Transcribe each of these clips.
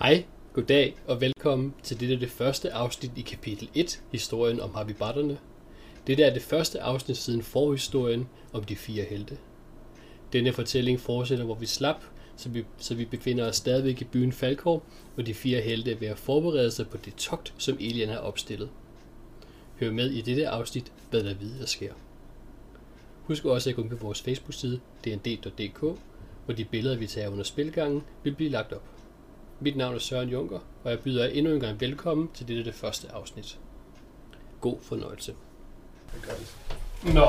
Hej, goddag og velkommen til det første afsnit i kapitel 1, historien om Habibatterne. Dette er det første afsnit siden forhistorien om de 4 helte. Denne fortælling fortsætter, hvor vi slap, så vi befinder os stadigvæk i byen Falkor, hvor de 4 helte er ved at forberede sig på det togt, som Elian har opstillet. Hør med i dette afsnit, hvad der videre sker. Husk også at gå ind på vores Facebook-side, dnd.dk, hvor de billeder, vi tager under spilgangen, vil blive lagt op. Mit navn er Søren Junker, og jeg byder jer endnu en gang velkommen til det første afsnit. God fornøjelse. Nå.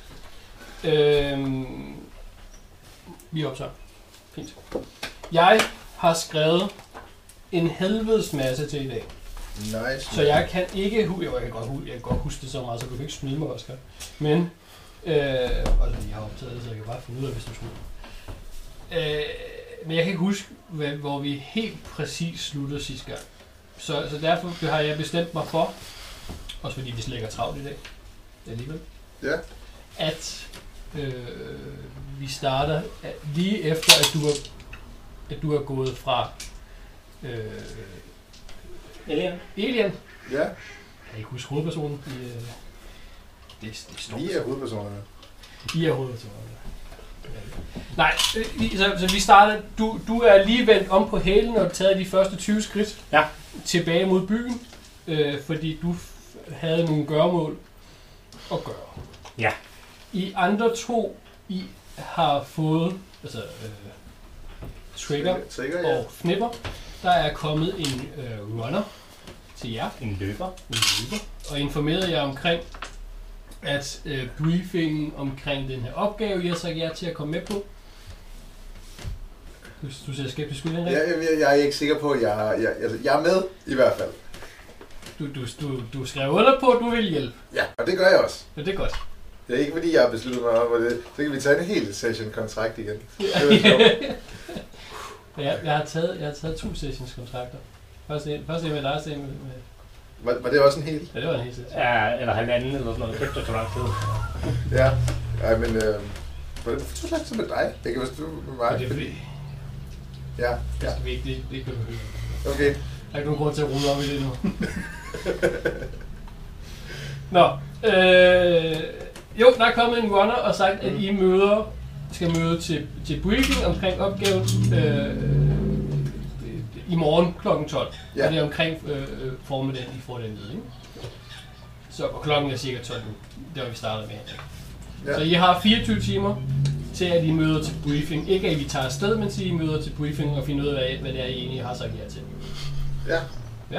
Vi optager. Fint. Jeg har skrevet en helvedes masse til i dag. Nice. Så jeg kan ikke... Jeg kan godt huske det så meget, så du kan ikke snyde mig, Oscar. Men... altså, jeg har optaget det, så jeg kan bare finde ud af, hvis du snyder. Men jeg kan ikke huske, hvor vi helt præcis sluttede sidste gang. Så derfor har jeg bestemt mig for, også fordi vi slet ikke er travlt i dag, alligevel, ja. At vi starter lige efter, at du er gået fra Elian. Ja. Jeg kan ikke huske hovedpersonen. Det står. I er hovedpersonerne. I er hovedpersonerne. Nej, så vi starter. Du er lige vendt om på hælen og taget de første 20 skridt tilbage mod byen, fordi du havde nogle gøremål at gøre. Ja. I andre to, I har fået Trigger og Fnipper. Der er kommet en runner til jer. En løber. Og informerede jer omkring, at briefingen omkring den her opgave, jeg har sagt jer til at komme med på. Du ser skeptisk ud, Henrik? Jeg er ikke sikker på, at jeg er med i hvert fald. Du skrev under på, at du vil hjælpe. Ja, og det gør jeg også. Ja, det er godt. Det er ikke fordi, jeg har besluttet mig om, det. Så kan vi tage en hel session-kontrakt igen. Jeg har taget 2 sessions-kontrakter. Først en med dig, så en med... Var det også en hel? Ja, det var en hel session. Ja, eller halvanden eller sådan noget. Det tog lang tid. Ja, men... Hvordan tog det så med dig? Det kan være, du med mig. Det er fordi... Ja. Det skal vi ikke, det kan du høre. Okay. Der er ikke nogen grund til at rulle op i det nu. Nå, jo, der er kommet en runner og sagt, at I skal møde til briefing omkring opgaven i morgen kl. 12. Ja. Og det er omkring formiddagen, I får den ned, ikke? Så og klokken er cirka 12 nu. Det var vi startede med. Ja. Så I har 24 timer til, at I møder til briefing. Ikke at I tager afsted, men til I møder til briefing og finder ud af, hvad det er, I egentlig har sagt jer til. Ja. Ja.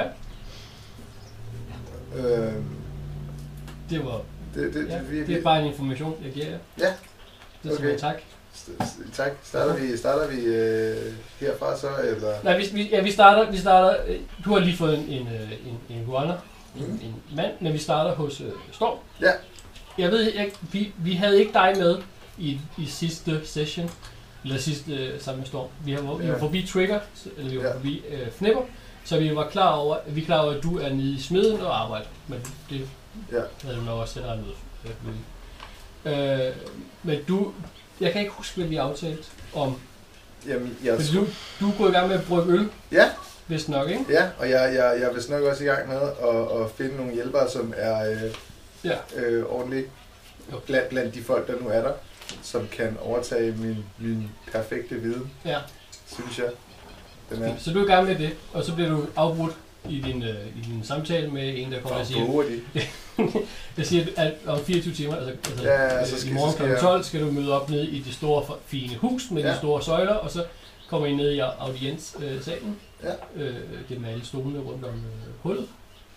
Det var... Det er bare en information, jeg giver jer. Ja. Det er okay. Tak. Tak. Starter vi herfra så, eller? Nej, vi starter. Du har lige fået en runner, en mand, men vi starter hos Storm. Ja. Jeg ved, vi havde ikke dig med i sidste session, eller sidste sammen med Storm. Vi var forbi Trigger, eller vi var forbi Fnipper, så vi var klar over, at du er nede i smeden og arbejder. Men det havde du nok også selv med. Men jeg kan ikke huske, hvad vi aftalte om. Jamen, du er gået i gang med at brygge øl. Ja. Vist nok, ikke? Ja, og jeg er vist nok også i gang med at finde nogle hjælpere, som er ordentlige blandt de folk, der nu er der, som kan overtage min perfekte viden, synes jeg. Så du er i gang med det, og så bliver du afbrudt i din samtale med en, der kommer og siger... Jeg siger, at om 24 timer, i morgen kl. 12, skal du møde op nede i det store, fine hus med de store søjler, og så kommer I ned i audienssalen. Det med alle stolene rundt om hullet.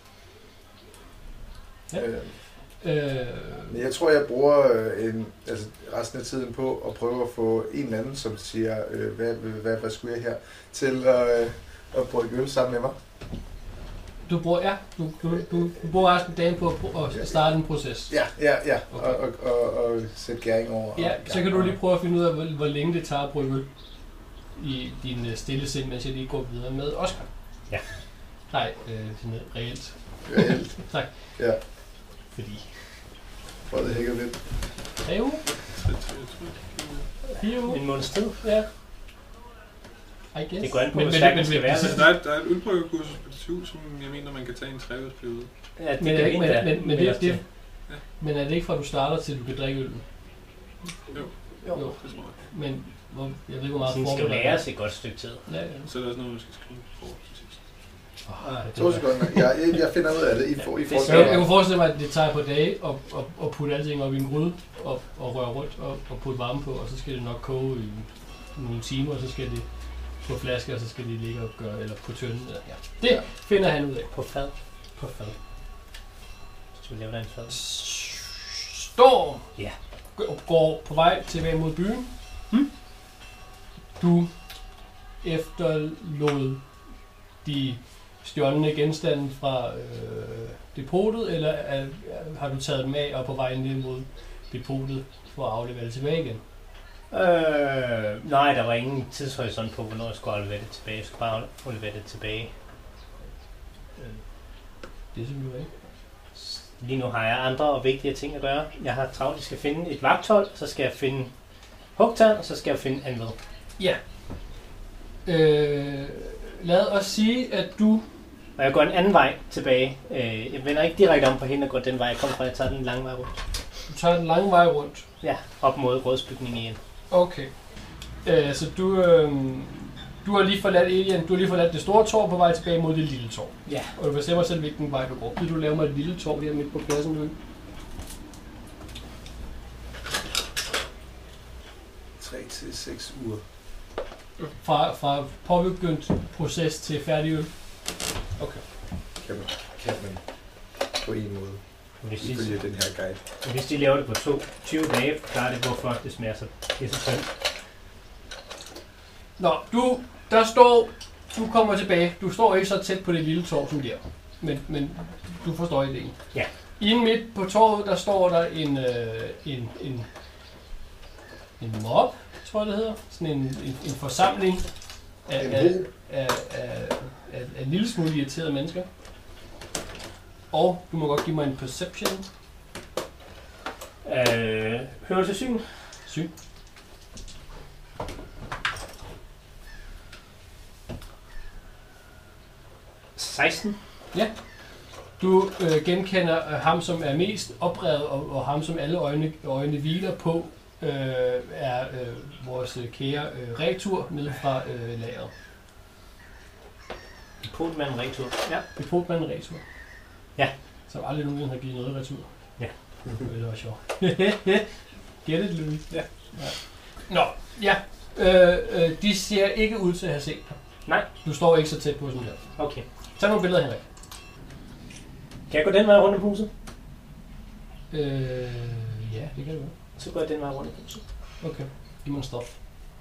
Ja. Men jeg tror, jeg bruger resten af tiden på at prøve at få en eller anden, som siger, hvad skulle jeg her, til at brygge øl sammen med mig. Du bruger resten af dagen på at starte en proces. Ja. Okay. Og sætte gæring over. Ja, så kan du lige prøve at finde ud af, hvor længe det tager at brygge øl i din stille sind, mens jeg lige går videre med Oscar. Ja. Nej, reelt. Tak. Ja. Fordi... Prøv det hækker lidt. Jo. En måneds tid. Ja. Det går an på, hvor stærkt det skal være. Der er et ølbryggerkursus på DTU, som jeg mener, man kan tage en 3-årsperiode. Ja, det kan ikke. Men er det ikke fra, du starter til, du kan drikke øllen? Jo. Det tror jeg. Men jeg ved ikke, hvor meget sådan skal læres et godt stykke tid. Ja. Så er der også noget, man skal skrive på til sidst. 2 sekunder. Jeg finder ud af det. Jeg kunne forestille mig, at det tager på dage og putte alting op i en gryde og røre rundt og putte varme på, og så skal det nok koge i nogle timer, og så skal det på flasker, og så skal de ligge og gøre, eller på tønden. Ja. Det finder han ud af. På fad. Så vi laver der en fad. Står. Ja. Går på vej tilbage mod byen. Du efterlod de stjålne genstande fra depotet, eller har du taget dem af og på vej ned mod depotet for at aflevere det tilbage igen? Nej, der var ingen tidshorisont på, hvornår jeg skulle aflevere det tilbage. Jeg skulle bare aflevere det tilbage. Det synes jeg ikke. Lige nu har jeg andre og vigtige ting at gøre. Jeg har travlt, jeg skal finde et vagthold, så skal jeg finde hugtern, og så skal jeg finde anved. Ja. Lad os sige, at du... Og jeg går en anden vej tilbage. Jeg vender ikke direkte om på hende og går den vej, jeg kommer fra. Jeg tager den lange vej rundt. Du tager den lange vej rundt? Ja, op mod rådsbygningen igen. Okay. Så du har lige forladt Alien, du har lige forladt det store tårn på vej tilbage mod det lille tårn. Ja. Og du bestemmer selv, hvilken vej du går. Vil du lave mig et lille tårn her midt på pladsen nu? 3 til 6 uger. Fra påbegyndt proces til færdig øl? Okay. Kan man på en måde ifølge den her guide. Hvis de laver det på 20 dage, forklarer det, hvorfor det smager så tyndt. Nå, du kommer tilbage. Du står ikke så tæt på det lille torv som der. Men du forstår ideen. Ja. Inde midt på torvet, der står der en mob, tror jeg det hedder. Sådan en forsamling af en lille smule irriterede mennesker. Og du må godt give mig en perception. Hørelse syn. Syn. 16. Ja. Du genkender ham, som er mest oprevet, og ham, som alle øjne hviler på, er vores kære retur nede fra lageret. Depotmanden retur. Ja. Depotmanden retur. Ja. Som aldrig nogensinde har givet noget retur. Ja. Det var sjovt. Get it, Louis? Ja. Nå, ja. De ser ikke ud til at have set dig. Nej. Du står ikke så tæt på som her. Okay. Tag nogle billeder, Henrik. Kan jeg gå den vej rundt om huset? Ja, det kan du gøre. Så går jeg den vej rundt om huset. Okay. Giv mig en stop.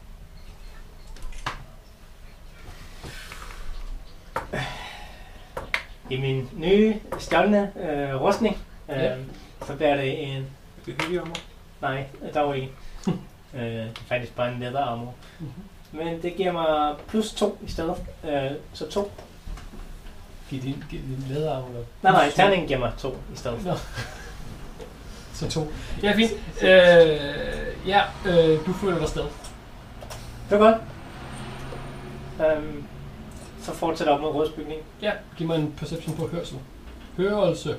I min nye stjålne rustning, så bliver det en... Det er heavy armor? Nej, der var ikke. Det er faktisk bare en leather armor. Men det giver mig plus 2 i stedet. Så 2. Giv din leather armor. Nej, terningen giver mig 2 i stedet. Nå. Så 2. Ja, fint. Du følger dig sted. Det var godt. Så fortsætter op mod rådsbygningen. Ja, giv mig en perception på hørsel. Hørsel.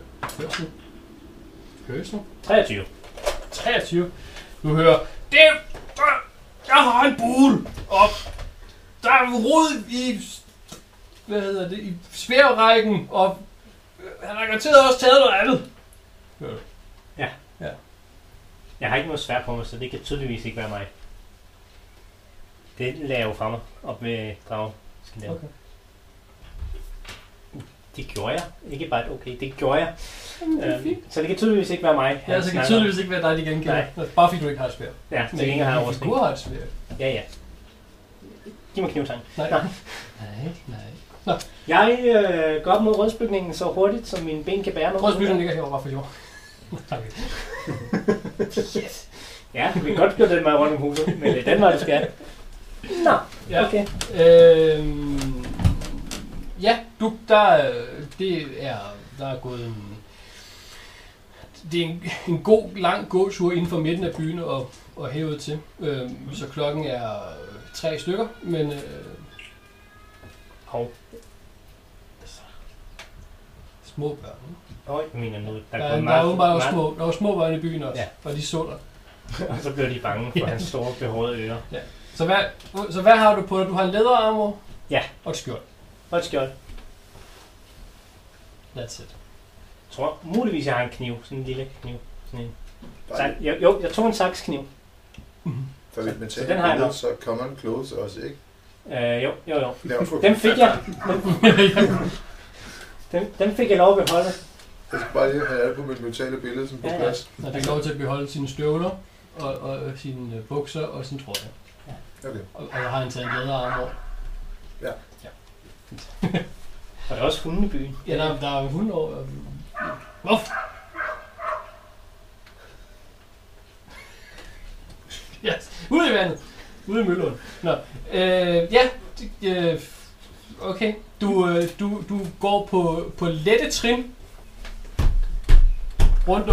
23. 23. Du hører, jeg har en bul, og der er rod i, i sværrækken, og han har garanteret også taget noget andet. Hører du? Ja. Ja. Jeg har ikke noget svært på mig, så det kan tydeligvis ikke være mig. Det lader jeg jo fra mig, op med dragen. Okay. Det gjorde jeg. Ikke bare et okay, det gjorde jeg. Så det kan tydeligvis ikke være mig. Ja, så det kan tydeligvis ikke være dig, de genkender. Bare fordi du ikke har et svær. Ja, så ingen har oversting. Du har et svær. Ja. Giv mig knivtang. Nej. Nå. Jeg går op mod rådsbygningen så hurtigt, som mine ben kan bære noget. Rådsbygningen ligger herovre, bare for jord. Yes. Ja, vi kan godt gøre den vej rundt om huset, men det er den vej, du skal. Nå, ja. Okay. Ja, der er gået det er en god, lang gåtur inden for midten af byen og hævet til. Så klokken er 3 stykker, men Hov. Små børn. Jeg mener nu, der var små børn i byen også, og de så dig. Og så blev de bange for hans store behårede ører. Ja. Så hvad har du på dig? Du har en læderarmor? Ja. Og et skjold. Og et skjold. That's it. Jeg tror muligvis, jeg har en kniv. Sådan en lille kniv. Sådan en. Jeg tog en sakskniv. For hvis man så den har jeg så common clothes også, ikke? Jo. Den fik jeg. Den fik jeg lov at beholde. Jeg skal bare lige have det på mit mentale billede som på plads. Jeg fik lov til at beholde sine støvler, og sine bukser og sin trøje. Ja. Okay. Og jeg har en taget en læderarmor. Ja. Og der er også hunde i byen. Ja, der er hunde over. Hvorfor? Yes. Ude i vandet. Ude i Møllund. Nå. Okay. Du går på lette trin rundt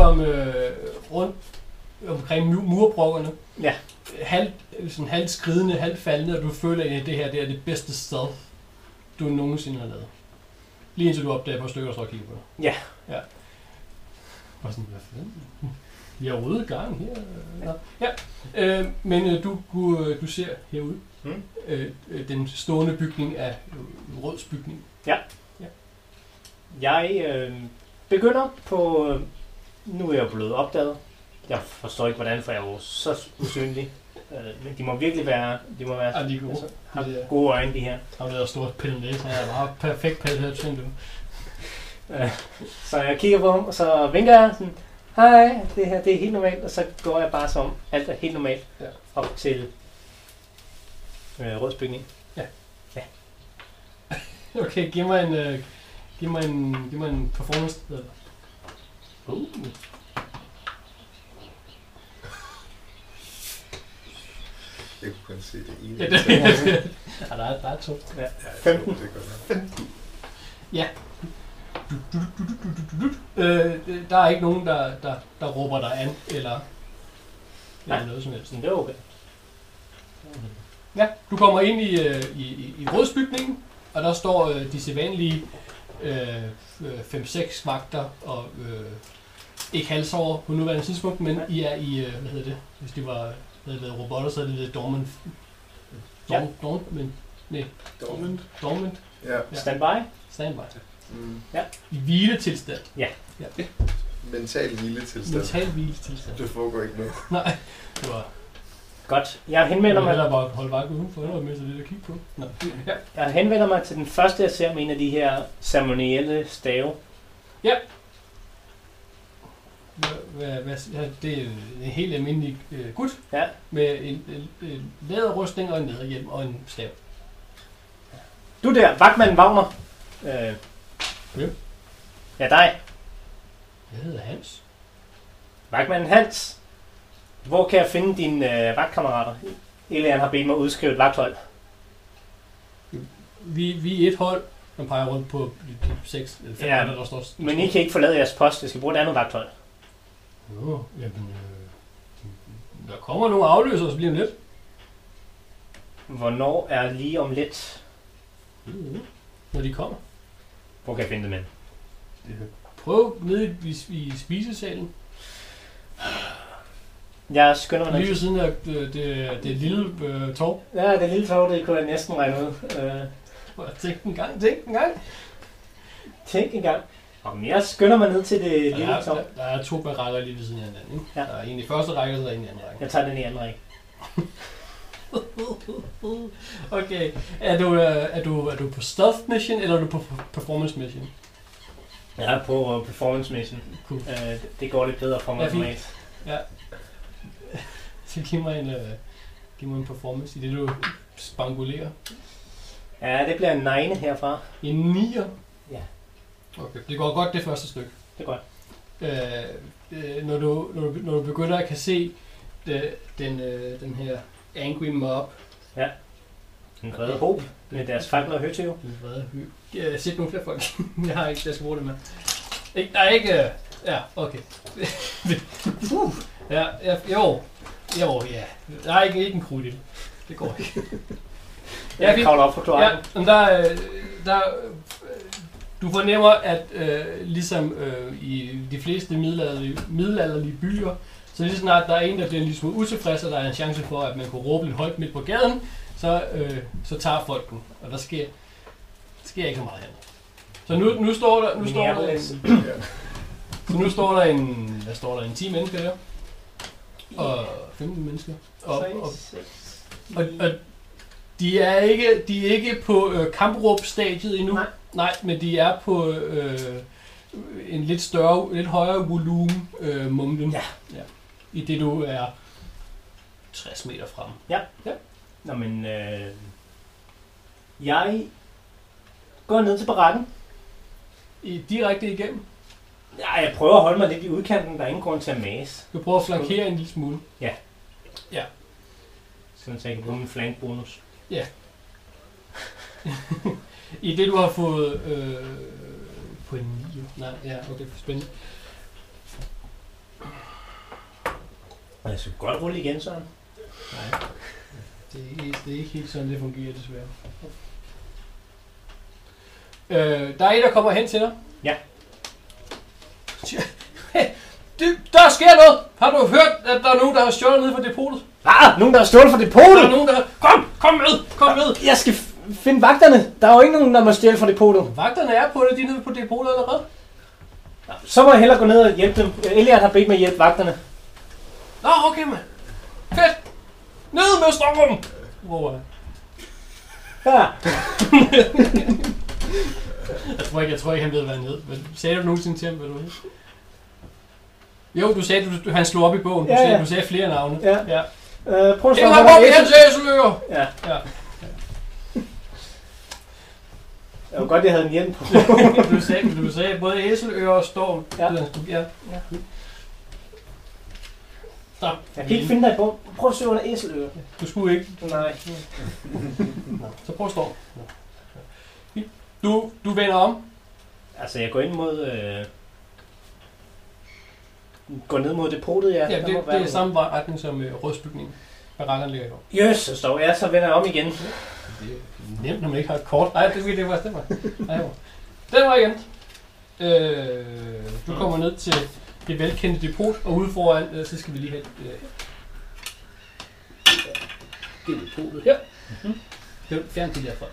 omkring murbrokkerne. Ja. Halvt skridende, halvt faldende, og du føler, at det her det er det bedste sted, du nogensinde har lavet. Lige indtil du opdager på stykker, der står og kigger på dig. Ja. Og sådan, hvad fanden? Vi har ryddet gang her. Ja. Men du ser herude den stående bygning af Røds bygning. Ja. Jeg begynder på... Nu er jeg blevet opdaget. Jeg forstår ikke, hvordan, for jeg er jo så usynlig. Men de må virkelig være... De må være de er gode. Altså, har gode øjne, de her. Har været stort pille så jeg har perfekt pille her til du. Så jeg kigger på ham, og så vinker jeg sådan... Hej, det her det er helt normalt, og så går jeg bare som alt er helt normalt op til Rødsbygning. Ja. Okay, giv mig en performance. Jeg kunne kun se det ene. Der er to. Ja. 15. Ja. Der er ikke nogen, der råber dig an, eller noget som helst. Det er okay. Ja, du kommer ind i rådsbygningen, og der står de sædvanlige 5-6 vagter, og ikke halsover på nuværende tidspunkt, men I er i, hvad hedder det, hvis de havde været robotter, så havde det været dormant. Ja. Standby. Ja. I hviletilstand. Ja. Mental hviletilstand. Det foregår ikke noget. Nej, det var... Godt. Jeg henvender mig... Eller bare holde vagt udenfor, det var med lidt at kigge på. Nå. Ja. Jeg henvender mig til den første, jeg ser med en af de her ceremonielle stave. Ja. Det er en helt almindelig gut med en læderrustning og en læderhjelm og en stav. Du der, vagtmanden Wagner. Ja, dig. Jeg hedder Hans. Vagtmanden Hans. Hvor kan jeg finde dine vagtkammerater? Elian har bedt mig at udskrive et vagthold. Vi er et hold, man peger rundt på 6 eller 5 andre, der står. Men I kan ikke forlade jeres post, jeg skal bruge et andet vagthold. Jo, jamen, der kommer nogle afløsere, så bliver det lidt. Hvornår er lige om lidt? Når de kommer. Hvor kan jeg finde dem hen? Prøv nede i spisesalen. Jeg skynder mig lige ved siden af det lille torv. Ja, det lille torv, det kunne jeg næsten regne ud. Tænk en gang. Jamen, jeg skynder mig ned til det lille torv. Der er 2 barakker lige ved siden af hinanden. Ikke? Ja. Der er en i første række, og så er en i anden række. Jeg tager den i anden række. Okay. Er du på stealth mission, eller er du på performance mission? Jeg er på performance mission. Cool. Det går lidt bedre for mig normalt. Ja. Så giv mig en performance i det, du spangulerer. Ja, det bliver en 9 herfra. En 9'er? Ja. Okay, det går godt det første stykke. Det går når du begynder at kan se den her angry mob. Ja. Den vrede hob med deres fakler og høtyve. Den vrede høb. Jeg ser nogle flere folk. Jeg har ikke, jeg skal bruge det med. Der er ikke... Ja, okay. Ja, jo, ja. Der er ikke en krudt i det. Det går ikke. Jeg kravler op for kloakken. Ja, men der du fornemmer, at ligesom i de fleste middelalderlige byer, så lige snart der er en, der bliver en lille smule utilfreds, og der er en chance for, at man kunne råbe lidt højt midt på gaden, så tager folk den, og der sker ikke så meget andet. Så nu står der en 10 mennesker der, og 15 mennesker, og de er ikke på kampråb-stadiet endnu. Nej, men de er på en lidt højere volumen mumlen. Ja. I det du er 60 meter frem. Ja. Nå, men jeg går ned til barakken. Direkte igennem? Ja, jeg prøver at holde mig lidt i udkanten. Der er ingen grund til at mase. Du prøver at flankere en lille smule? Ja. Sådan så jeg kan bruge min flankbonus. Ja. I det du har fået på en 9. Nej, ja, okay, spændende. Og jeg skal godt rulle igen, Søren. Nej, det er ikke helt sådan, det fungerer desværre. Der er en, der kommer hen til dig. Ja. Hey, der sker noget! Har du hørt, at der er nogen, der har stjålet ned fra depotet? Nogen, der har stjålet fra depotet? Der er nogen, der... Kom med! Jeg skal finde vagterne. Der er jo ikke nogen, der må stjæle fra depotet. Vagterne er på det, de er nede på depotet allerede. Så må jeg hellere gå ned og hjælpe dem. Elliot har bedt mig at hjælpe vagterne. Nå, okay, mand. Fedt! Ned med Stockholm! Hvor er Ja. Jeg tror ikke, han ved, hvad han hed. Men sagde du nogensinde til ham, hvad du hed? Jo, du sagde, han slog op i bogen. Du sagde flere navne. Ja. Prøv at slå op i hans æseløer! Ja. Det var godt, jeg havde en hjelm på. du sagde både æseløer og storm. Ja. Så. Jeg kan ikke finde dig i bogen. Prøv at søge under æseløer. Du skulle ikke. Nej. Så prøv at storm. Du vender om. Altså, jeg går ind mod... går ned mod depotet, ja. Ja, det er samme retning som rødstbygningen. Barakkerne ligger i går. Jøs, så vender jeg om igen. Det er nemt, når man ikke har et kort. Nej, det var. Den var igen. Du kommer ned til det velkendte depot, og ude foran, så skal vi lige have depotet her. Fjern de der folk.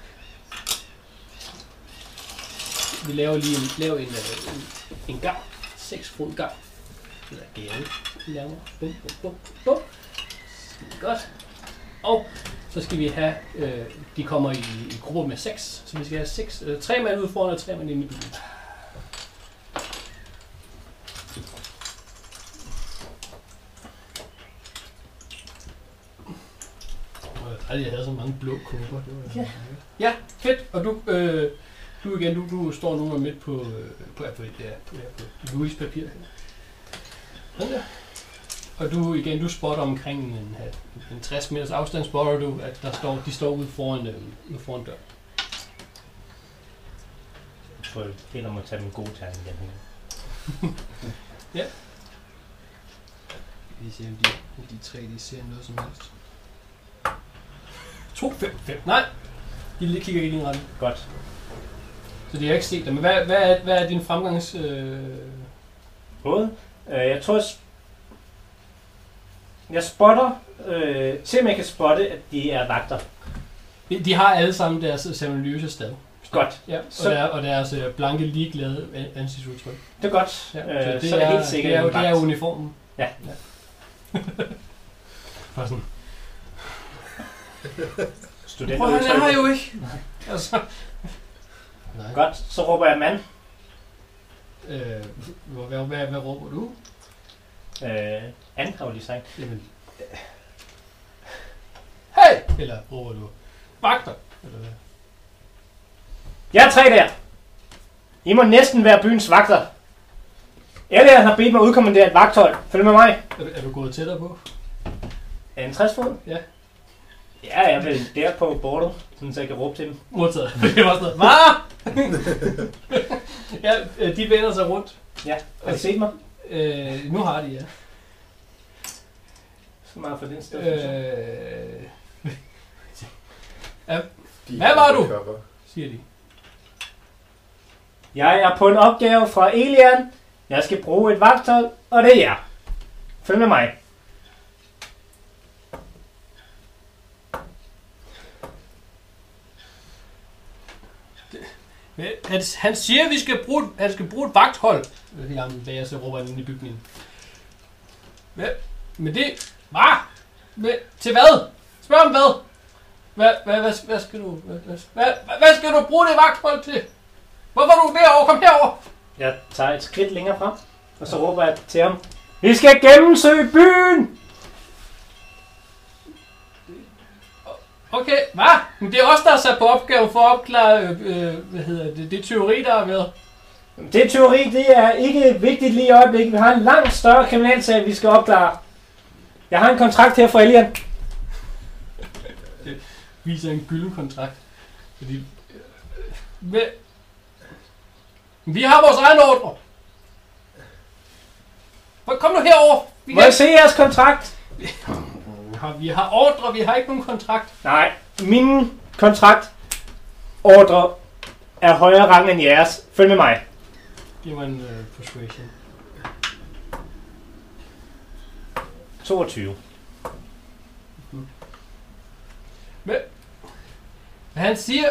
Vi laver lige en gang. 6 fod gang. Det er gave. Laver. Bum. Godt. Og så skal vi have, de kommer i grupper med 6, så vi skal have 3 mand ude foran og 3 mand inde i byen. Jeg havde så mange blå kåber. Ja, fedt. Og du står nu midt på Louis' papir. Sådan der. Og du spotter omkring en 60 meters afstand, spotter du, at de står ude foran døren. Jeg tror, jeg må tage min gode terning igen. Ja. Vi ser, om de 3 de ser noget som helst. 2, 5. Nej, de kigger ikke i din retning. Godt. Så de har ikke set dig. Men hvad er din fremgangs... Både? Jeg tror, jeg spotter... se om jeg kan spotte, at de er vagter. De har alle sammen deres seriøse stav. Godt. Ja, og deres blanke, ligeglade ansigtsudtryk. Det er godt. Ja, så er det helt sikkert det er uniformen. Ja. Bare sådan... Studenter. Han er her jo ikke. Altså. Nej. Godt, så råber jeg mand. Hvad råber du? Anne har jo lige sagt. Jamen. Hey! Eller råber du vagter? Eller hvad? Jeg er 3 der. I må næsten være byens vagter. Elliot har bedt mig at udkommandere et vagthold. Følg med mig. Er du gået tættere på? Er en 60 fod? Ja. Ja, jeg er vel der på bordet, så jeg kan råbe til dem. Modtaget. Det var sådan noget. Hvad? Ja, de vender sig rundt. Ja, har de set mig? Nu har de, ja. Så meget for den sted. Ja. Hvad var du? Siger de. Jeg er på en opgave fra Elian. Jeg skal bruge et vagthold, og det er jer. Følg med mig. Han siger, at han skal bruge et vagthold. Jamen, da jeg så råber han ind i bygningen. Men det... Hvad? Til hvad? Spørg om hvad? Hvad skal du... Hvad skal du bruge det vagthold til? Hvorfor er du derovre? Kom herover. Jeg tager et skridt længere frem, og så råber jeg til ham. Vi skal gennemsøge byen! Okay, hvad? Men det er os, der er sat på opgave for at opklare, det teori, der er med. Det teori, det er ikke vigtigt lige i øjeblikket. Vi har en langt større kriminalsag, vi skal opklare. Jeg har en kontrakt her for Elian. Det viser en gylden kontrakt. Fordi... Vi har vores egen ordre. Kom nu herover. Må jeg se jeres kontrakt? Vi har ordre, vi har ikke nogen kontrakt. Nej, min kontrakt ordre er højere rang end jeres. Følg med mig. Giv mig en persuasion. 22. Men han siger...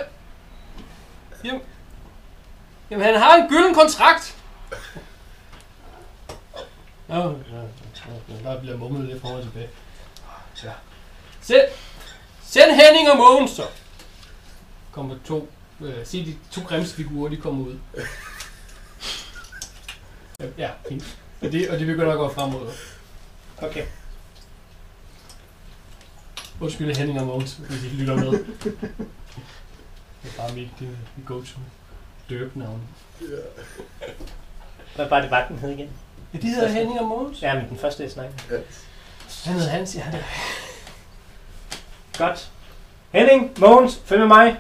Jamen han har en gylden kontrakt. Der bliver mumlet lidt frem og tilbage. Ja. Send Henning og Mogens så. Kommer se de to grimsfigurer, de kommer ud. Ja, fint. Og det begynder at gå fremad. Okay. Undskyld Henning og Mogens, hvis I lytter med. Det er bare mit go-to døbnavn. Hvad var det vagten hed igen? Ja, de hedder Henning og Mogens. Ja, men den første jeg snakker. Ja. Han hedder Hans, ja. Godt. Henning, Mogens, følg med mig.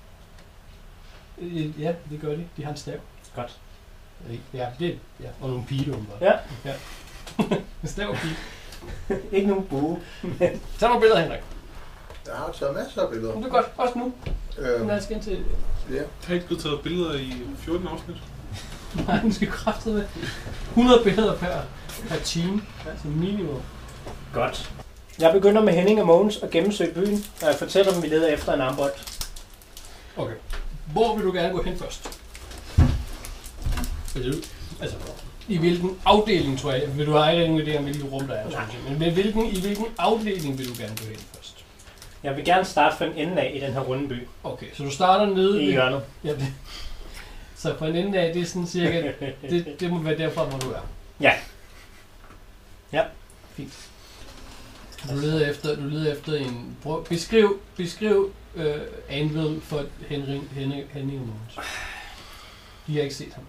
Ja, det gør de. De har en stav. Godt. Ja, det ja. Og nogle piger. Ja. En stav og pige. Ikke nogen bue. Tag nogle billeder, Henrik. Jeg har taget masser af billeder. Det er godt. Også nu. Lad os til... Ja. Har ikke blevet taget billeder i 14 afsnit? Nej, den skal kraftigt med 100 billeder per time. Altså minimum. Godt. Jeg begynder med Henning og Mogens at gennemsøge byen, og jeg fortæller dem, at vi leder efter en armbold. Okay. Hvor vil du gerne gå hen først? Altså, i hvilken afdeling, tror jeg? Vil du have en idé om, hvilket rum der er? Nej. Men i hvilken afdeling vil du gerne gå hen først? Jeg vil gerne starte fra en ende af i den her runde by. Okay, så du starter nede i hjørnet. Ja, så fra en ende af, det er sådan cirka... det må være derfra, hvor du er. Ja. Ja. Fint. Du leder efter en... Beskriv Anvil for Henning og Mogens. De har ikke set ham.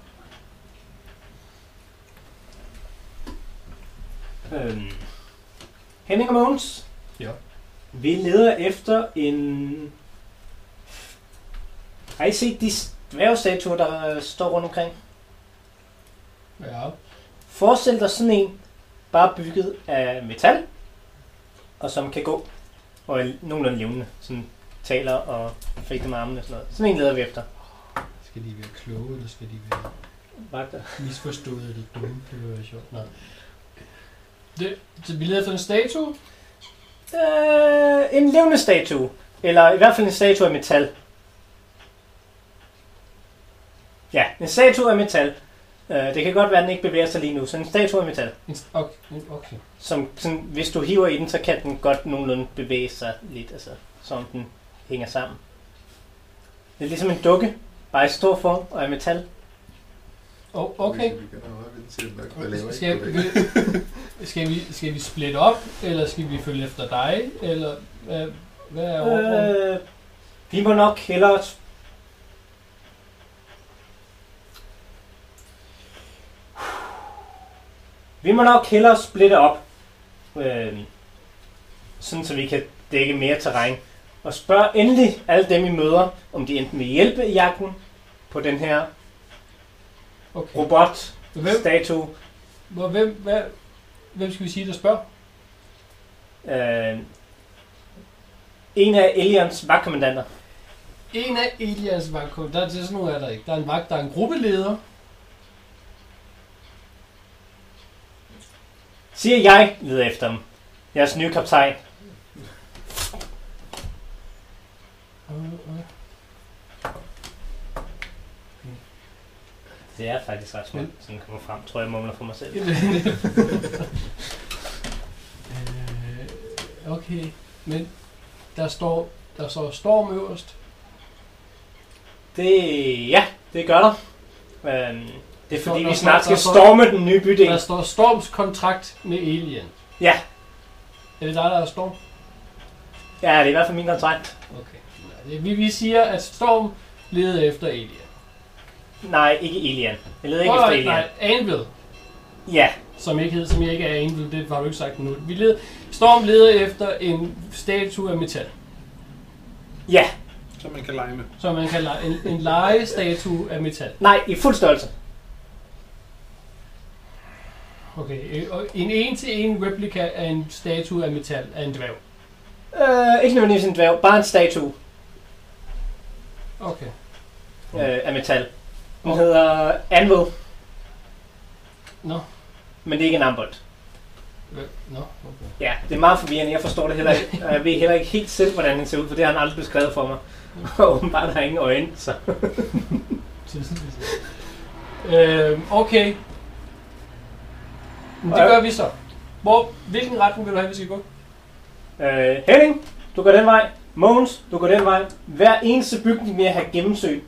Henning og Mogens? Ja. Vi leder efter en... Har I set de dværgstatuer, der står rundt omkring? Ja. Forestil dig sådan en, bare bygget af metal, og som kan gå, og er nogenlunde levende, sådan taler og fægter med armene og sådan noget. Sådan en leder vi efter. Skal de være kloge, eller skal de være Vagter. misforstået eller dumme? Det vil være sjovt. Nej. Så vi leder efter en statue? En levende statue. Eller i hvert fald en statue af metal. Ja, en statue af metal. Det kan godt være, at den ikke bevæger sig lige nu, så en statue af metal. Okay. Som sådan, hvis du hiver i den, så kan den godt nogenlunde bevæge sig lidt, altså, som den hænger sammen. Det er ligesom en dukke, bare i stor form og af metal. Okay. Skal vi splitte op, eller skal vi følge efter dig, eller hvad er ordren? Vi må nok hellere... Vi må nok hellere splitte op, sådan så vi kan dække mere terræn. Og spørg endelig alle dem, I møder, om de enten vil hjælpe i jagten på den her robot-statue. Hvem skal vi sige, der spørger? En af Elians vagtkommandanter. En af Elias vagtkoder, der er sådan nogle er der ikke. Der er en vagt, der er en gruppeleder. Siger jeg leder efter dem. Jeres nye kaptajn. Det er faktisk ret smukt, sådan den kommer frem. Tror jeg mumler for mig selv. Okay, men der står storm øverst. Det gør der. Det er fordi, vi snart skal storme den nye bydel. Der står Storms kontrakt med Alien. Ja. Er det dig, der er Storm? Ja, det er i hvert fald min kontrakt. Okay. Vi siger, at Storm leder efter Alien. Nej, ikke Alien. Jeg leder ikke efter Alien. Nej, Anvil. Ja. Som ikke er Anvil, det har du ikke sagt nu. Storm leder efter en statue af metal. Ja. Som man kan lege med. Som man kan lege en legestatue af metal. Nej, i fuld størrelse. Okay, en en-til-en replika af en statue af metal af en dværg. Ikke nødvendigvis en dværg, bare en statue. Okay. Af metal. Den hedder Anvil. Nå. Men det er ikke en armbold. Nå, okay. Ja, det er meget forvirrende. Jeg forstår det heller ikke. Og jeg ved heller ikke helt selv, hvordan den ser ud, for det har han aldrig beskrevet for mig. Og åbenbart har ingen øjne, så... Okay. Men det gør vi så. Hvilken retning vil du have, vi skal gå? Henning, du går den vej. Mogens, du går den vej. Hver eneste bygning vil jeg have gennemsøgt.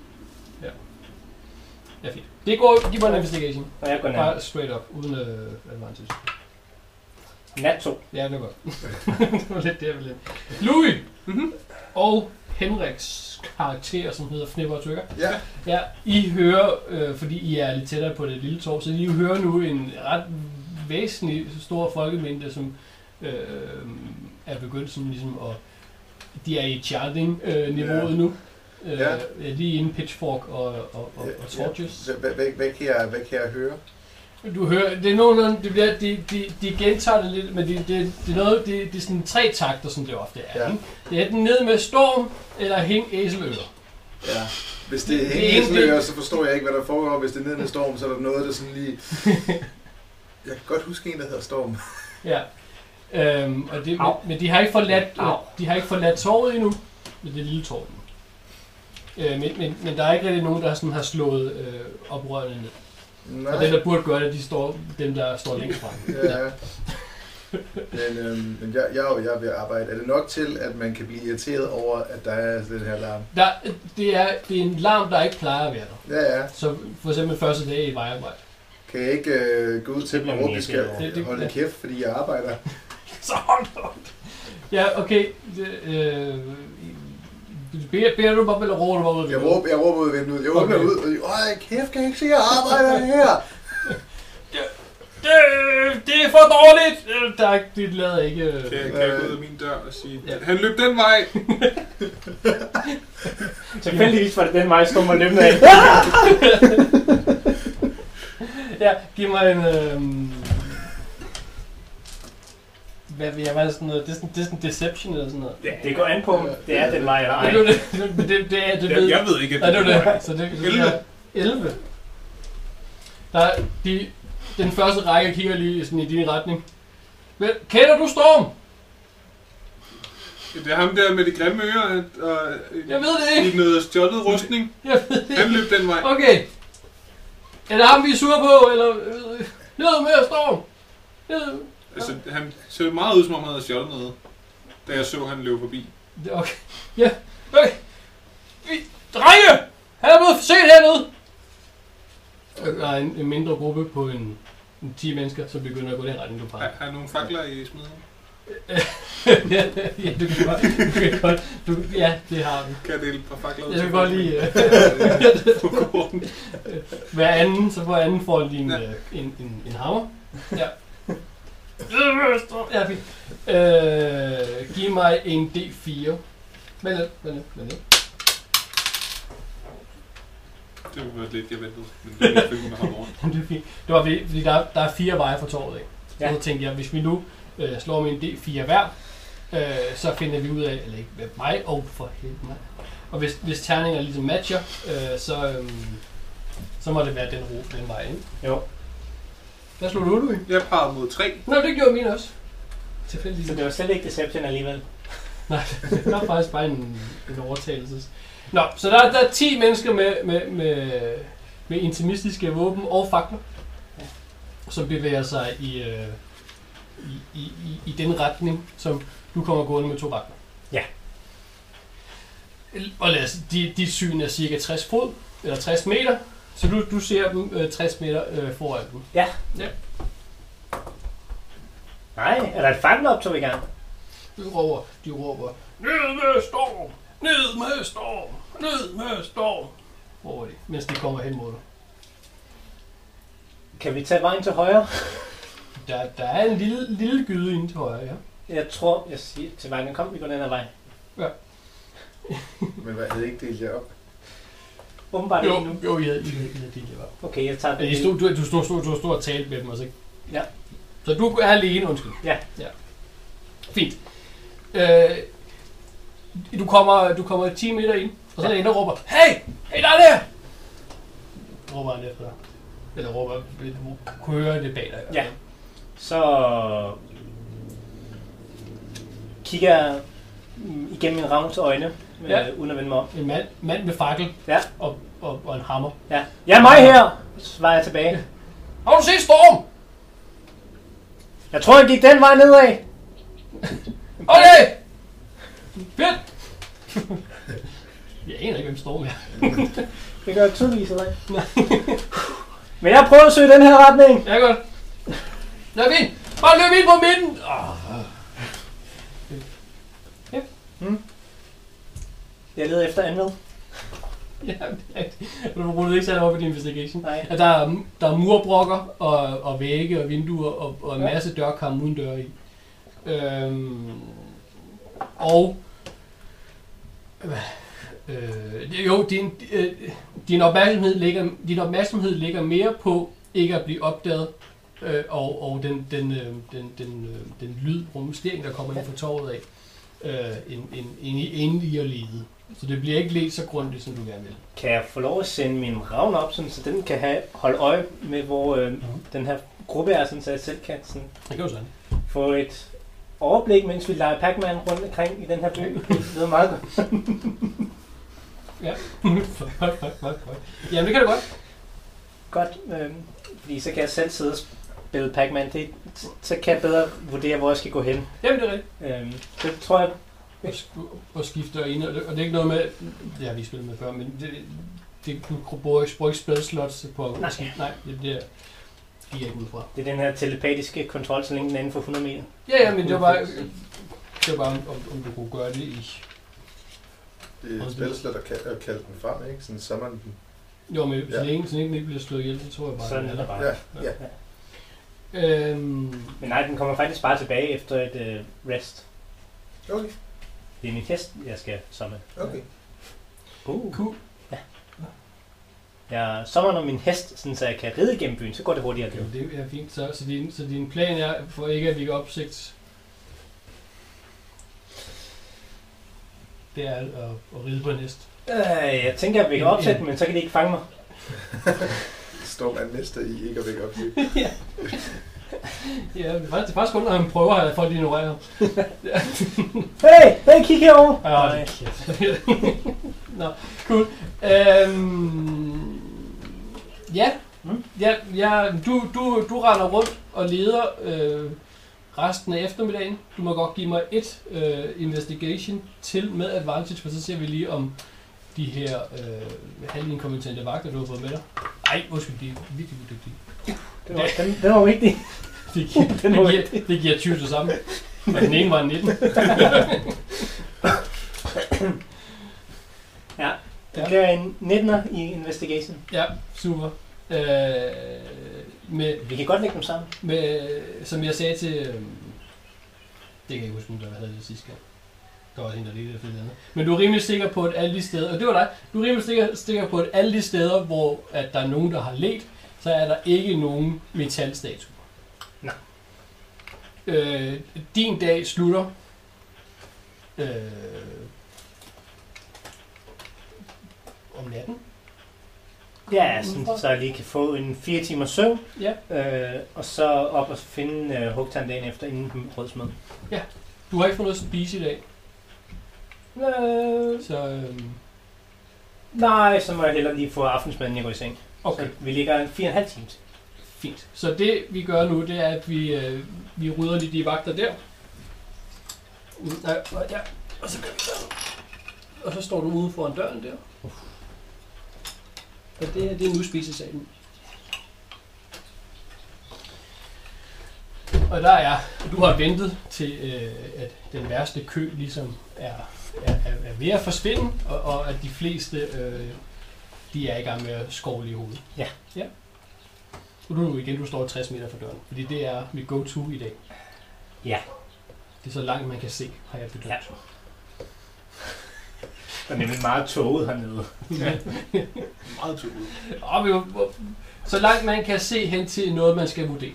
Ja, fint. Det går, giv mig en investigation. Og jeg går ned. Bare straight up, uden advantage. Nat 2. Ja, det er godt. Det var lidt der, lidt. Louis! Og Henriks karakter, som hedder Fnipper og Trykker. Ja, I hører, fordi I er lidt tættere på det lille torv, så I hører nu en ret væsentlig stor folkemængde, som er begyndt sådan ligesom at... De er i chanting-niveauet nu. Lige inden Pitchfork og Torches. Hvad kan jeg høre? Du hører, det er nogenlunde, det bliver, de gentager det lidt, men det er noget, det er sådan 3 takter, som det ofte er. Ja. Det er enten ned med storm, eller hæng æseløer. Ja. Hvis det er hæng æseløer, så forstår jeg ikke, hvad der foregår. Hvis det er ned med storm, så er der noget, der sådan lige... Jeg kan godt huske en, der hedder Storm. Ja. Og det, men de har ikke forladt torvet endnu, med det lille torv. Men der er ikke rigtig nogen, der sådan har slået oprørende ned. Nej. Og dem, der burde gøre det, dem, der står længst frem. Ja. Men jeg vil arbejde. Er det nok til, at man kan blive irriteret over, at der er den her larm? Det er en larm, der ikke plejer at være der. Ja. Så for eksempel første dag i vejarbejde. Kan jeg ikke gå ud til dem og råbe, at vi skal holde kæft, fordi jeg arbejder? Så hold op. Ja, okay. Beder du bare, eller råber du bare ud? Jeg råber ud af vinduet. Jeg åbner ud, og kæft, kan jeg ikke se, at jeg arbejder her? Det er for dårligt! Det lader ikke... Kan jeg gå ud af min dør og sige, han løb den vej! Tilfældigvis var det den vej, som man løbende af. Ja, giv mig en... Hvad vil jeg være sådan noget? Det er sådan deception eller sådan noget. Ja, det går an på, det er den vej eller ej. Jeg ved ikke, at det er det. Så det 11. Den første række kigger lige sådan i din retning. Kender du Storm? Det er ham der med de grimme ører og jeg ved det ikke. I noget stjålet rustning. Jeg ved det ikke. Han løb den vej. Okay. Er det ham, vi er sure på, eller... Ned med Storm! Ned. Altså, han så meget ud, som om han havde stjålet noget, da jeg så, han løb forbi. Okay. Ja. Okay. Drenge! Han er blevet for set hernede! Der er en mindre gruppe på en 10 mennesker, som begynder at gå den retning, du peger. Har nogle fakler i smeden? Ja, du kan godt. Ja, det har vi. Kan jeg dele et par fakler ud? Jeg vil godt lige... Hver anden, så hver anden får lige en hammer. Ja. Ja, fint. Giv mig en D4. Vent lidt. Det var lidt, jeg ventede. Men jeg fik med ham rundt. Det er fint. Det var fordi der er 4 veje fra torvet, ikke? Ja. Så tænkte jeg, hvis vi nu slår med en D4 hver, så finder vi ud af, eller ikke mig og for helvede mig, Og hvis terninger ligesom matcher, så må det være den vej, ikke? Jo. Hvad slog du i? Jeg pegede mod 3. Nå, det gjorde min også. Tilfældigvis. Så det var slet ikke deception alligevel? Nej, det var faktisk bare en overtagelse. Nå, så der er 10 mennesker med intimistiske våben og fakler, som bevæger sig i den retning, som du kommer gående med 2 vagter. Ja. Og lad os, dit syn er cirka 60 fod, eller 60 meter, så du ser dem 60 meter foran dem. Ja. Ja. Nej, er der et fakkeloptog i gang? De råber, ned med storm, ned med storm, ned med storm, råber de, mens de kommer hen mod dig. Kan vi tage vejen til højre? Der er en lille gyde inde til højre, ja. Jeg tror, jeg siger til vejen, kom, vi går den her vej. Ja. Men hvad, havde I ikke delt jer op? Åbenbart ikke nu. Jo, I havde delt jer op. Okay, jeg tager det. Du stod og talte med dem også, ikke? Ja. Så du er alene, undskyld. Ja. Fint. Du kommer 10 meter ind, og så er der en, der råber, hey, der er der! Råber han efter dig. Eller råber, du kunne høre det bag dig. Ja. Så kigger jeg igennem min ravns øjne, uden at vende mig om. En mand med fakkel og en hammer. Ja. Ja, mig her! Svarer jeg tilbage. Har du set storm? Jeg tror, jeg gik den vej nedad. Okay! Fedt! Jeg aner ikke, hvem storm er. Det gør jeg tydeligvis af dig. Men jeg prøver at søge den her retning. Ja, godt. Det er fint. Bare løb ind på midten. Ja. Jeg leder efter andet. Ja, du bruger ikke særlig op i din investigation. Nej. Ja, der er murbrokker og vægge og vinduer og en masse dørkarme uden døre i. Din opmærksomhed ligger mere på ikke at blive opdaget og den lyd og mustering, der kommer ind fra torvet af, end i at lede. Så det bliver ikke let så grundigt, som du gerne vil. Kan jeg få lov at sende min ravn op, sådan, så den kan holde øje med, hvor den her gruppe er, sådan, så jeg selv kan sådan, det kan jo sådan. Få et overblik, mens vi leger Pac-Man rundt omkring i den her by. Det er meget godt. Ja. Jamen, det kan du godt. Godt, fordi så kan jeg selv sidde og spille Pac-Man. Så kan jeg bedre vurdere, hvor jeg skal gå hen. Jamen, det er rigtigt. Det tror jeg. Og skifter ind, og det er ikke noget med, det har vi spillet med før, men du bruger ikke spilslots på. Nej, det giver jeg ikke ud fra. Det er den her telepatiske kontrol, så længe den er inden for 100 meter. Ja, men det var bare om du kunne gøre det i. Det er spilslot at kalde den frem, ikke? Sådan summon den. Jo, men så længe den ikke bliver slået ihjel, så tror jeg bare, sådan er det bare. Ja. Men nej, den kommer faktisk bare tilbage efter et rest. Okay. Det er min hest, jeg skal summon. Okay. Cool. Ja. Jeg summoner min hest, sådan, så jeg kan ride gennem byen, så går det hurtigere. Jo, det er fint. Så din plan er, for ikke at vække opsigt, det er at ride på en hest. Jeg tænker, at vi kan opsætte den, men så kan de ikke fange mig. Står man mester i ikke at vække opsigt. Ja, det er faktisk kun, når han prøver, at folk ignorerer ham. Hey, kig herovre! Nej. Nå, cool. Du render rundt og leder resten af eftermiddagen. Du må godt give mig et investigation til med advantage, for så ser vi lige om de her halvinkompetente vagter, du har fået med dig. Ej, undskyld, de er virkelig dygtige. Den var vigtig. Det giver 20 til sammen. Og den ene var en 19. Ja, det bliver en 19'er i investigation. Ja, super. Vi kan godt lægge dem sammen. Som jeg sagde til... det kan jeg ikke huske, der havde det sidste gang. Der var også en, der lige det andet. Men du er rimelig sikker på, at alle de steder... Og det var dig. Du er rimelig sikker på, at alle de steder, hvor at der er nogen, der har let, så er der ikke nogen metalstatuer. Nej. Din dag slutter om natten. Ja, så jeg lige kan få en 4 timers søvn. Ja. Og så op og finde hugtand dagen efter inden brødsmad. Ja. Du har ikke fået noget at spise i dag? Så nej, så må jeg hellere lige få aftensmaden, jeg går i seng. Okay. Så vi ligger 4,5 timer. Fint. Så det vi gør nu, det er, at vi rydder lige de vagter der. Ja. Og så gør vi sådan. Og så står du ude foran døren der. Og det er nu spisesalen. Og der er, du har ventet til, at den værste kø ligesom er ved at forsvinde, og at de fleste, de er i gang med at skovle i hovedet. Ja. Og du står 60 meter fra døren, fordi det er mit go-to i dag. Ja. Det er så langt man kan se, har jeg bedømt. Ja. Der er nemlig meget tåget hernede. Ja. Meget tåget. Så langt man kan se hen til noget, man skal vurdere.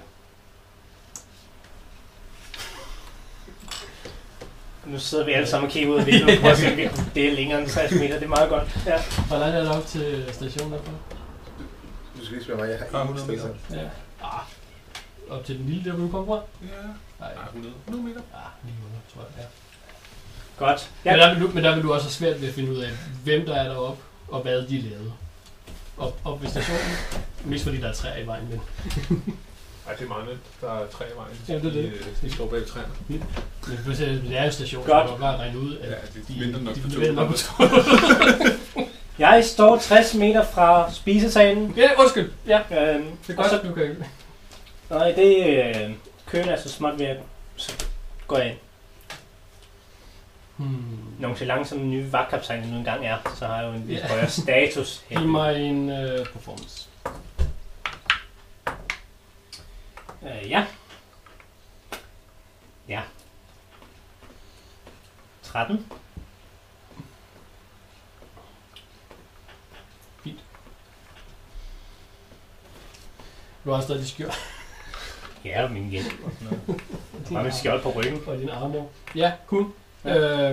Nu sidder vi alle sammen og kigger ud af vinduet og se, om vi kan dele længere end 60 meter. Det er meget godt. Ja. Hvor langt er det op til stationen derfra? Du skal lige spørge mig, jeg har 100 meter. Ja. Op til den lille der, hvor du kom fra? Ja. Nej, 100 meter. 900, tror jeg. Ja. Godt. Ja. Men der vil du også have svært ved at finde ud af, hvem der er deroppe, og hvad de lavede. Op ved stationen. Mest fordi der er træer i vejen, men... Ej, det er meget nemt. Der er træ i vejen. Ja, det er det. De står bag træerne. Men det er jo stationen, godt. så du kan bare regne ud, at ja, de venter nok på toget. Jeg står 60 meter fra spisesalen. Ja, undskyld. Ja. Det er godt, at du kan. Og i det køen er så småt ved at gå ind. Nonchalant som den nye vagtkaptajn nu engang er, så har jeg jo en lidt højere status her. Giv mig en performance. Ja. Ja. 13. Fint. Du har stadig skjold. Ja, min hjælp og sådan noget. Du har min skjold på ryggen. Og din armor. Ja, cool. Ja.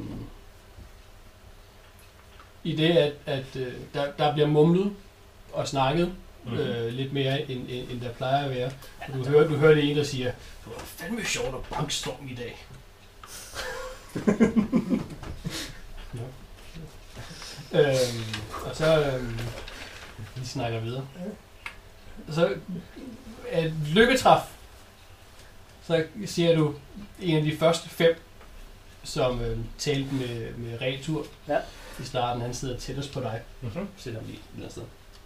I det, at der bliver mumlet og snakket lidt mere, end der plejer at være. Og du hører det en, der siger, det var fandme sjovt at bankstorm i dag. Og så vi snakker videre. Så et lykketræf, så siger du en af de første 5, som talte med Retur i starten. Han sidder tættest på dig, selvom vi et eller andet sted.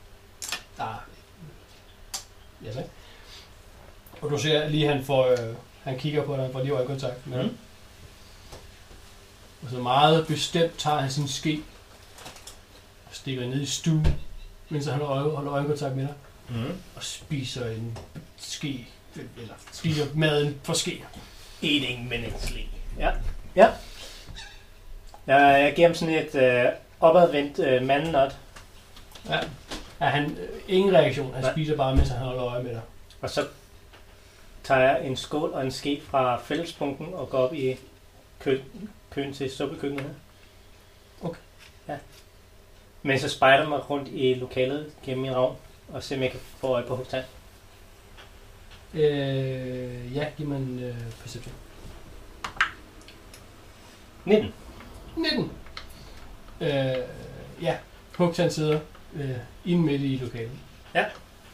Ja, så. Og du ser lige, han kigger på dig, han får lige øjekontakt med dig. Og så meget bestemt tager han sin ske og stikker ned i stuen, mens han holder øjekontakt med dig. Og spiser en ske, eller spiser maden for ske. Eating mindlessly. Ja. Jeg giver ham sådan et opadvendt mandnot. Ja. Han ingen reaktion. Han spiser bare, mens han holder øje med dig. Og så tager jeg en skål og en ske fra fællespunkten og går op i køen til suppekøkkenet her. Okay. Ja. Men så spejder mig rundt i lokalet gennem min ravn og ser, om jeg kan få øje på hugtand. Ja, giv mig en perception. 19. 19. Ja, hugtand sidder inde midt i lokalet. Ja.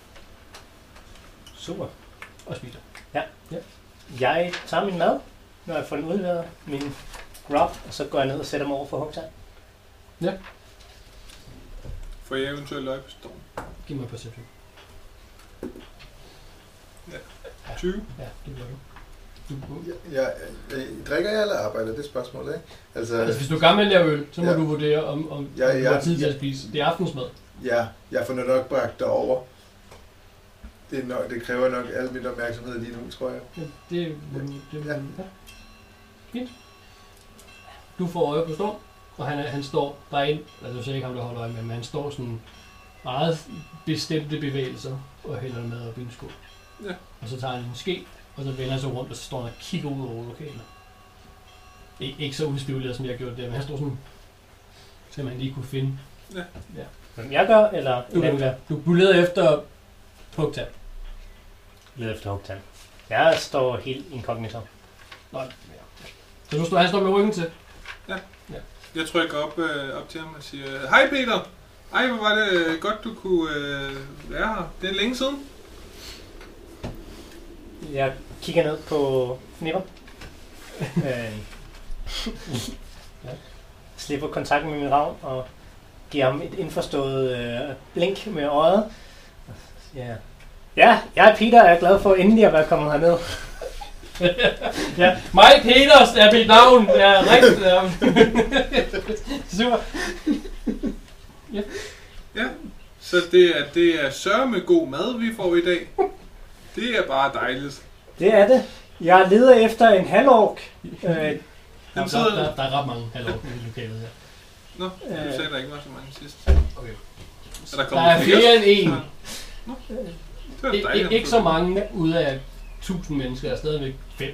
Super. Og spiser. Ja. Jeg tager min mad, når jeg får den udleveret, min grub, og så går jeg ned og sætter mig over for hugtand. Ja. Får jeg eventuelt øje på storm? Giv mig perception. Ja. 20? Ja, det gør du. Drikker jeg eller arbejder? Det er spørgsmålet, ikke? Altså hvis du er gammel at lave øl, så må du vurdere, om du har tid til at spise. Det er aftensmad. Ja, jeg får nok bragt derover. Det kræver nok al min opmærksomhed lige nu, tror jeg. Ja, det fint. Du får øje på Storm, og han står derinde, altså du ser ikke ham, der holder øje med, men han står sådan meget bestemte bevægelser og hælder mad op i en skål. Ja. Og så tager han en ske, og så vender han sig rundt, og så står han og kigger ud over lokalet. Ikke så udspivlet, som jeg gjorde det, men han står sådan, så man lige kunne finde Ja. Hvem jeg gør, eller en anden gør? Du leder efter Hugtand. Leder efter Hugtand. Jeg står helt inkognito. Nej, ja. Så han står med ryggen til? Ja. Jeg trykker op til ham og siger, hej Peter! Ej, hvor var det godt, du kunne være her. Det er længe siden. Jeg kigger ned på Fnipper. Slipper kontakten med min ravn og giver ham et indforstået blink med øjet. Ja, jeg er Peter, og jeg er glad for endelig at være kommet herned. Ja, mig Peters er mit navn. Ja, rigtigt. Super. Ja, så det er sørme god mad, vi får i dag. Det er bare dejligt. Det er det. Jeg leder efter en halvork. Der er ret mange halvork i lokalet her. Nå, du sagde, der ikke var så mange sidst. Okay. Der er flere end en. Ikke så mange ud af 1000 mennesker, er stadigvæk 5.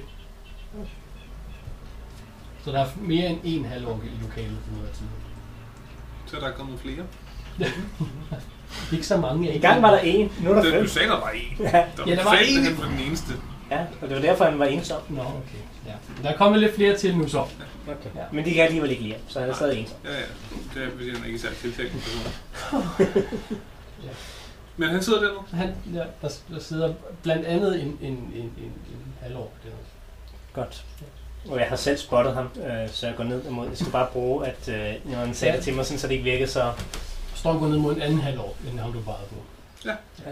Så der er mere end en halvork i lokalet på noget af tiden. Så der er kommet flere? Ikke så mange. I gang var der en, nu er der 5. Du sagde, der var en. Ja, der var en. Han var den eneste. Ja, og det var derfor, han var ensom. Nå, okay. Ja. Der er kommet lidt flere til nu så. Okay. Ja. Men de kan alligevel ikke lide ham, så han er stadig ensom. Ja. Det er, hvis han ikke er særlig tiltagende person. Ja. Men han sidder dernede? Der sidder blandt andet en halvår. Godt. Og jeg har selv spottet ham, så jeg går ned imod. Jeg skal bare bruge, at når han sagde det til mig, sådan, så det ikke virkede så... Storm går ned mod en anden halvår, end ham du pegede på. Ja.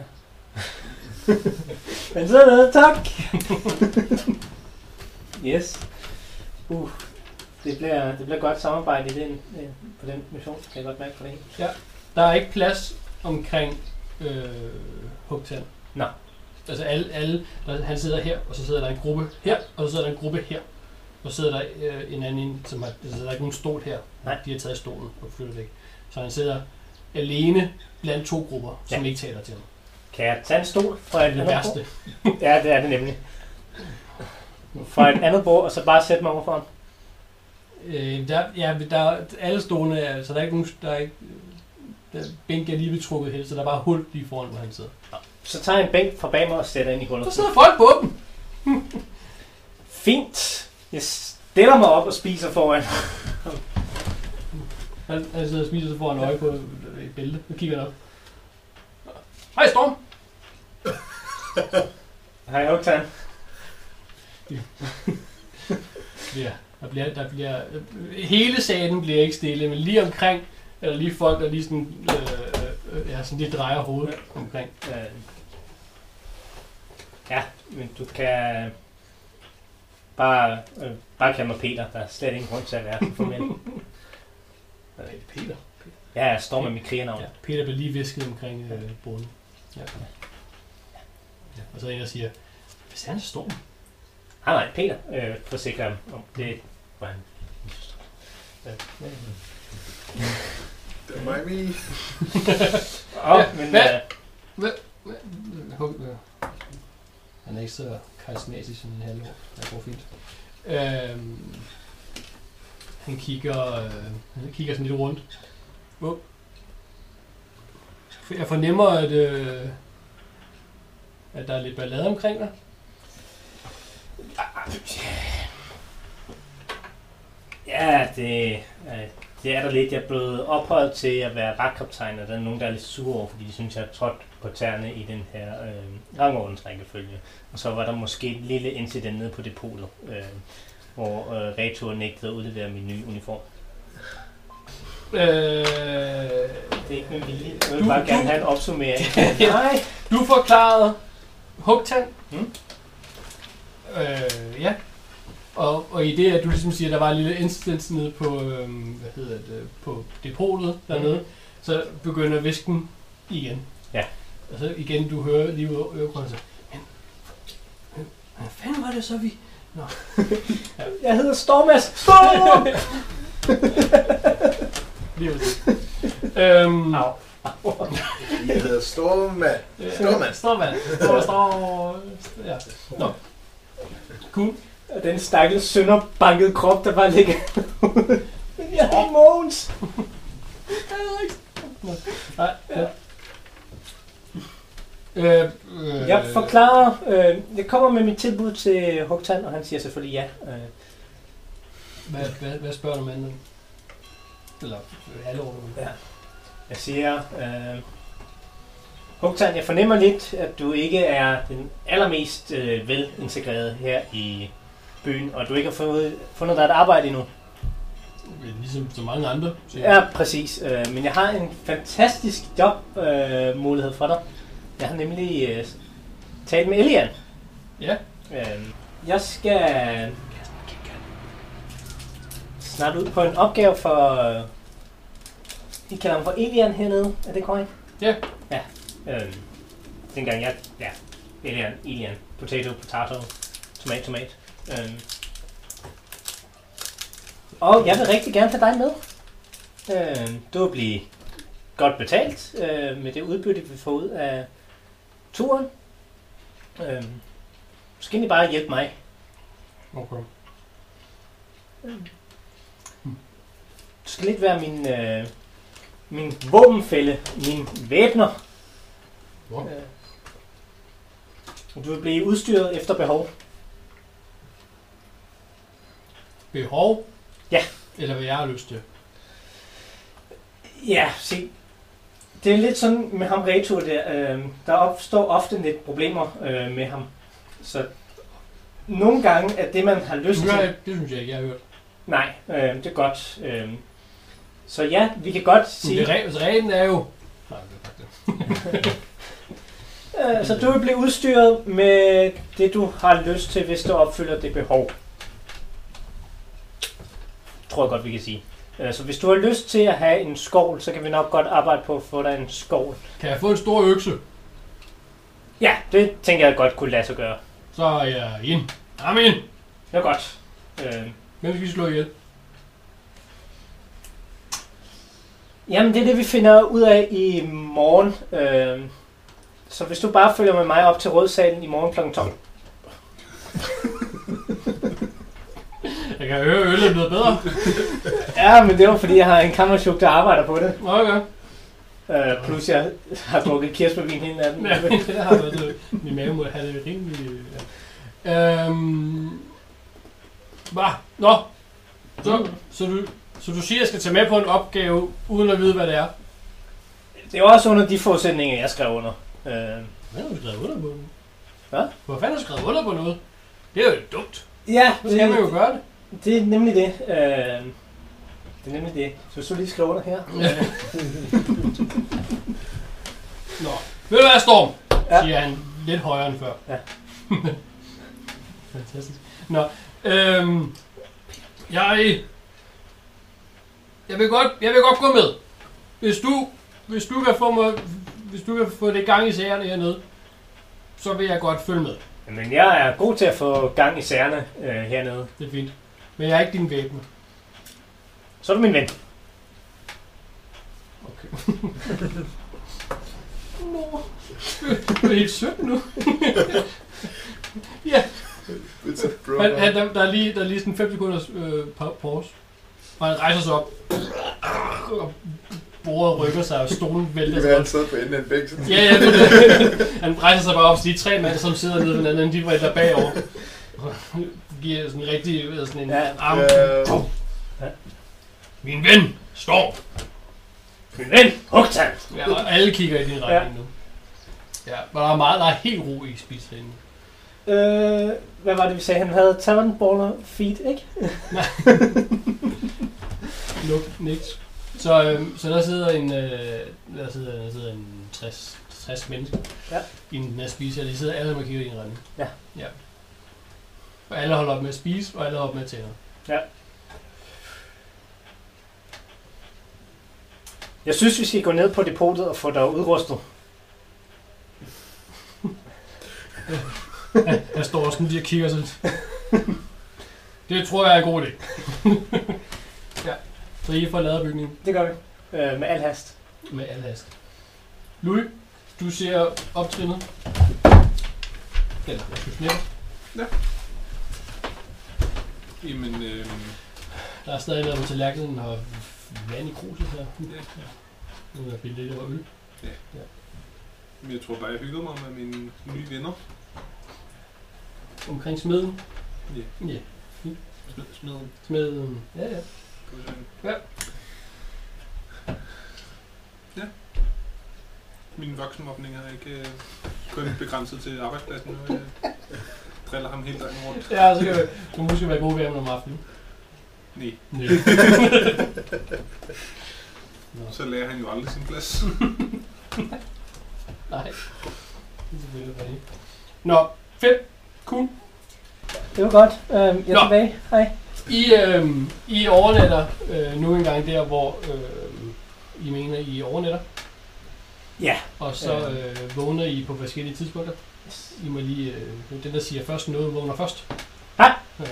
Men så noget, tak! Yes. Det bliver godt samarbejde på den mission, kan jeg godt mærke på det. Ja. Der er ikke plads omkring Hugtand. Nå. Altså han sidder her, og så sidder der en gruppe her, og så sidder der en gruppe her. Og så sidder der en anden, som har, der er ikke nogen stol her. Nej. De har taget stolen og flyttet væk. Så han sidder alene blandt 2 grupper, som ikke taler til ham. Kan jeg tage en stol fra et andet værste? Ja, det er det nemlig. Fra et andet bord, og så bare sætte mig overfor ham? Der er alle stolene, så der er ikke nogen, bænk er lige betrukket helt, så der er bare hul lige foran, hvor han sidder. Så tager jeg en bænk fra bag mig og sætter ind i hullet. Der sidder folk på dem! Fint! Jeg stiller mig op og spiser foran. Han sidder og spiser, så får han øje på et bælte, og kigger op. Hej Storm! Hej Hugtand. Ja, der bliver hele salen bliver ikke stille, men lige omkring er der lige folk, der lige sådan, sådan lige drejer hovedet omkring. Ja, men du kan bare kalde mig Peter. Der er slet ingen grund til at være så formel. Hvad er det, Peter? Ja, jeg står med mit krigernavn. Ja, Peter bliver lige visket omkring bordet. Ja. Og så er en, der siger, hvis han står. Nej, Peter forsikrer ham om det var han. Det var mig. Han er ikke så karismatisk som en halvår. Det går fint. Han kigger sådan lidt rundt. Jeg fornemmer, at der er lidt ballade omkring dig. Ja, det er der lidt. Jeg er blevet ophøjet til at være vagtkaptajn, og der er nogen, der er lidt sure over, fordi de synes, jeg har trådt på tæerne i den her rangordensrækkefølge. Og så var der måske et lille incident nede på depotet, hvor Retur nægtede at udlevere min nye uniform. Det er ikke med vilje. Jeg vil bare gerne have en opsummering. Nej, du forklarede Hugtand. Ja. Og i det, at du ligesom siger, at der var en lille incident nede på, på depotet dernede, så begynder visken igen. Ja. Og så igen, du hører lige ud af ørekronen, så, men hvad fanden var det så, vi... Nå. Ja. Jeg hedder Stormas. Storm! Lige ud Jeg hedder Stormand. Stormand. Ja. Nå. Cool. Og den stakkels sønderbankede krop, der bare ligger. Jeg hedder Mogens. Nej, ja. Jeg forklarer, jeg kommer med mit tilbud til Hugtand, og han siger selvfølgelig ja. Hvad spørger du med anden? Eller halvår? Ja. Jeg siger, Hugtand, jeg fornemmer lidt, at du ikke er den allermest velintegreret her i byen, og du ikke har fundet dig et arbejde endnu. Ligesom så mange andre. Ja, præcis. Men jeg har en fantastisk jobmulighed for dig. Jeg har nemlig talt med Elian. Ja. Jeg skal snart ud på en opgave for... I kalder ham for Elian hernede. Er det korrekt? Ja. Ja. Dengang jeg... Ja. Elian. Potato. Tomat. Og jeg vil rigtig gerne have dig med. Du vil blive godt betalt med det udbytte, vi får ud af turen. Så skal I bare hjælpe mig. Okay. Du skal lidt være min våbenfælde, min væbner. Wow. Du vil blive udstyret efter behov. Behov? Ja. Eller hvad jeg har lyst til? Ja, se. Det er lidt sådan med ham Retur der. Der opstår ofte lidt problemer med ham. Så nogle gange er det, man har lyst til... Det synes jeg ikke, jeg har hørt. Nej, det er godt. Så ja, vi kan godt sige... Reglen er jo... Nej, det er så du vil blive udstyret med det, du har lyst til, hvis du opfylder det behov. Tror jeg godt, vi kan sige. Så hvis du har lyst til at have en skovl, så kan vi nok godt arbejde på at få dig en skovl. Kan jeg få en stor økse? Ja, det tænker jeg godt kunne lade sig gøre. Så er jeg ind. Amen! Det er godt. Hvem skal vi slå ihjel? Jamen, det er det, vi finder ud af i morgen. Så hvis du bare følger med mig op til Rådsalen i morgen kl. 12. Jeg kan høre, øllet er blevet bedre. Ja, men det var fordi, jeg har en kammerchuk, der arbejder på det. Okay. Plus jeg har drukket kirsebærvin hele natten. Ja, det har været det. Min mave må have det rimelig... Ja. Nå. Så du siger, at jeg skal tage med på en opgave, uden at vide, hvad det er? Det er også under de forudsætninger, jeg skrev under. Hvad har du skrevet under på? Hvad? Hvor fanden har du skrevet under på noget? Det er jo dumt. Ja, så skal man jo gøre det. Det er nemlig det. Så hvis du lige skriver under her. Nå. Ved du hvad, Storm? Ja. Siger han lidt højere end før. Ja. Fantastisk. Nå. Jeg vil godt gå med. Hvis du kan få det gang i sagerne hernede, så vil jeg godt følge med. Men jeg er god til at få gang i sagerne hernede. Det er fint. Men jeg er ikke din væbner. Så er du min ven. Okay. Mor. Du er helt sødt nu. Ja. Der er lige sådan 5 sekunders pause. Og han rejser sig op. Og bordet rykker sig, og stolen vælter sig op. Han sidder på enden af en bæk. Ja, han rejser sig bare op, så de 3 mænd, som sidder nede ved den anden, de vælter bagover. Giver sådan en rigtig sådan en arm. Ja. Min ven, Storm. Min ven, Hugtand. Ja, og alle kigger i din retning nu. Ja, men der er helt ro i spiserinen. Hvad var det, vi sagde? Han havde tavernballer feet, ikke? Nej. Nope, niks. Så der sidder en 60 mennesker i den her spise, og de sidder alle og kigger i din retning. Ja. Og alle holder op med at spise, og alle holder op med at tænde. Ja. Jeg synes, vi skal gå ned på depotet og få dig udrustet. Jeg står også lige og kigger sådan. Det tror jeg er en god idé. Ja. Så I får lavet bygningen? Det gør vi. Med al hast. Med al hast. Louis, du ser optrinnet. Eller, du snitter. Ja. Jamen, der er stadig noget på tallerkenen og vand i kruset her. Nu er billigt over øl. Ja. Men jeg tror bare, jeg hygger mig med mine nye venner. Omkring smeden? Ja. Ja. Smeden. Smeden. Ja. Ja. Ja. Min voksenmobning er ikke kun begrænset til arbejdspladsen nu. Jeg driller ham hele dagen rundt. Ja, så kan du måske være god ved ham om aftenen. Nej. Nej. Så lærer han jo aldrig sin plads. Nej. Det er selvfølgelig rigtigt. Nå, fedt. Cool. Det var godt. Jeg er tilbage. Hej. I overnatter nu engang der, hvor I mener, I overnatter. Ja. Og så vågner I på forskellige tidspunkter. I må lige... den, der siger først noget, vågner først. Hej.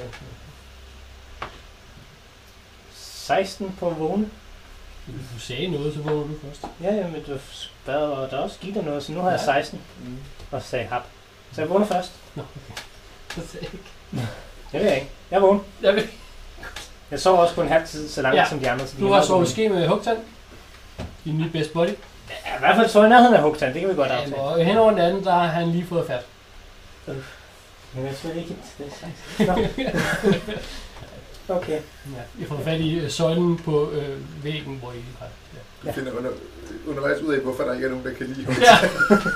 16 på vågne. Du sagde noget, så vågner du først. Ja, men der også gik der noget, så nu har jeg 16. Og så sagde hap. Så jeg vågner først. Nå, okay. Det sagde jeg ikke. Det ved jeg ikke. Jeg vågner. Jeg sover også på en halv tid, så langt som de andre. Så du har sovet ske med Hugtand. Din nye best buddy. Ja, i hvert fald så i nærheden af Hugtand, det kan vi godt aftale. Og hen over den anden, der har han lige fået fat. Men jeg tror ikke, det er okay. Ja, jeg får fat i søjlen på væggen, hvor I har... Ja. Du finder undervejs ud af, hvorfor der ikke er nogen, der kan lide ham. Ja.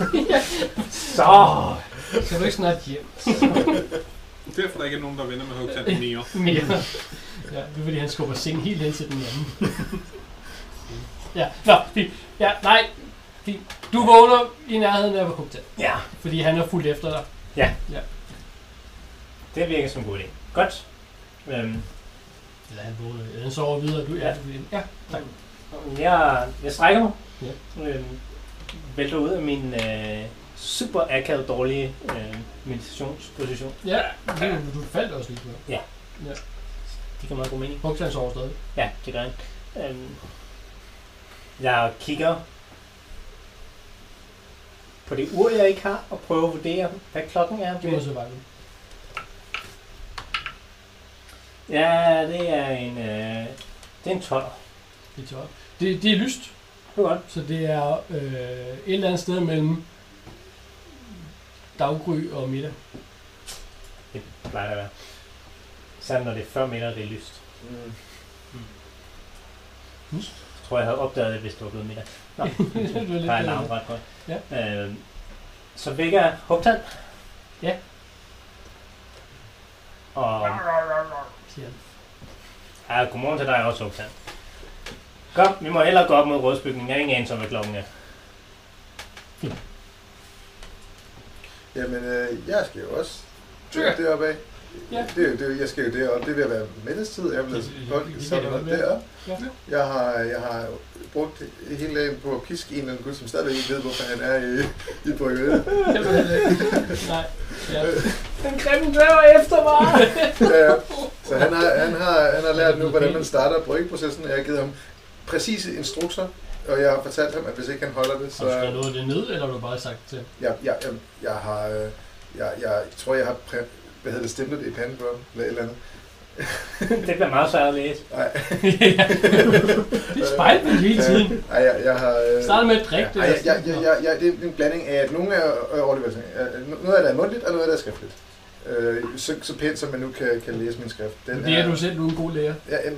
Så skal du ikke snart hjem. Derfor der ikke er nogen, der vender med Hugtand mere. Ja, det er fordi, han skubber sengen helt hen til den anden. Ja, nå, fint. Ja, nej. Fint. Du vågner i nærheden af Hugtand. Ja. Fordi han er fuldt efter dig. Ja. Det virker som en god idé. Godt. Eller han sover videre. Du, ja, tak. Jeg strækker mig. Ja. Vælter ud af min super akavet dårlige meditationsposition. Ja, du faldt også lige på. Ja. Det kan meget god mening. Hugtand sover stadig. Ja, det gør han. Jeg kigger på det ur, jeg ikke har, og prøver at vurdere, hvad klokken er. Det må så bare. Ja, det er en 12. Det er lyst. Det er godt. Så det er et eller andet sted mellem daggry og middag. Det plejer det at være. Selv når det er 40 meter, det er lyst. Jeg tror, jeg havde opdaget det, hvis det var blevet middag. Nå, det er alarm ret godt. Ja. Så vækker jeg Hugtand. Ja. Og... Ja, godmorgen til dig også, Hugtand. Kom, vi må hellere gå op mod rådsbygningen. Jeg har ingen anelse om, hvad klokken er. Jamen, jeg skal jo også deroppe af. Ja. Jeg skal jo derop. Det vil være middagstid. Jeg vil samle mig deroppe. Ja. Jeg har brugt hele dagen på at piske en eller anden gut, som stadigvæk ikke ved, hvorfor han er i brygget. Nej. Ja. Den grimme dør efter mig! Ja. Så han har lært nu, hvordan man starter bryggeprocessen. Jeg har givet ham præcise instrukser, og jeg har fortalt ham, at hvis ikke han holder det, så... Har du skrevet noget af det ned, eller har du bare sagt til? Jeg tror, jeg har stemplet det i panden på ham, eller et eller andet. Det bliver meget svært at læse. Nej. Det er spejlet hele tiden. Nej, jeg har... Starter med at drikke det. Det er en blanding af, at nogle af overlevelsen, noget af det er mundtligt, og noget af det er skriftligt. Så pænt, som man nu kan læse min skrift. Det er du selv, du er en god lærer.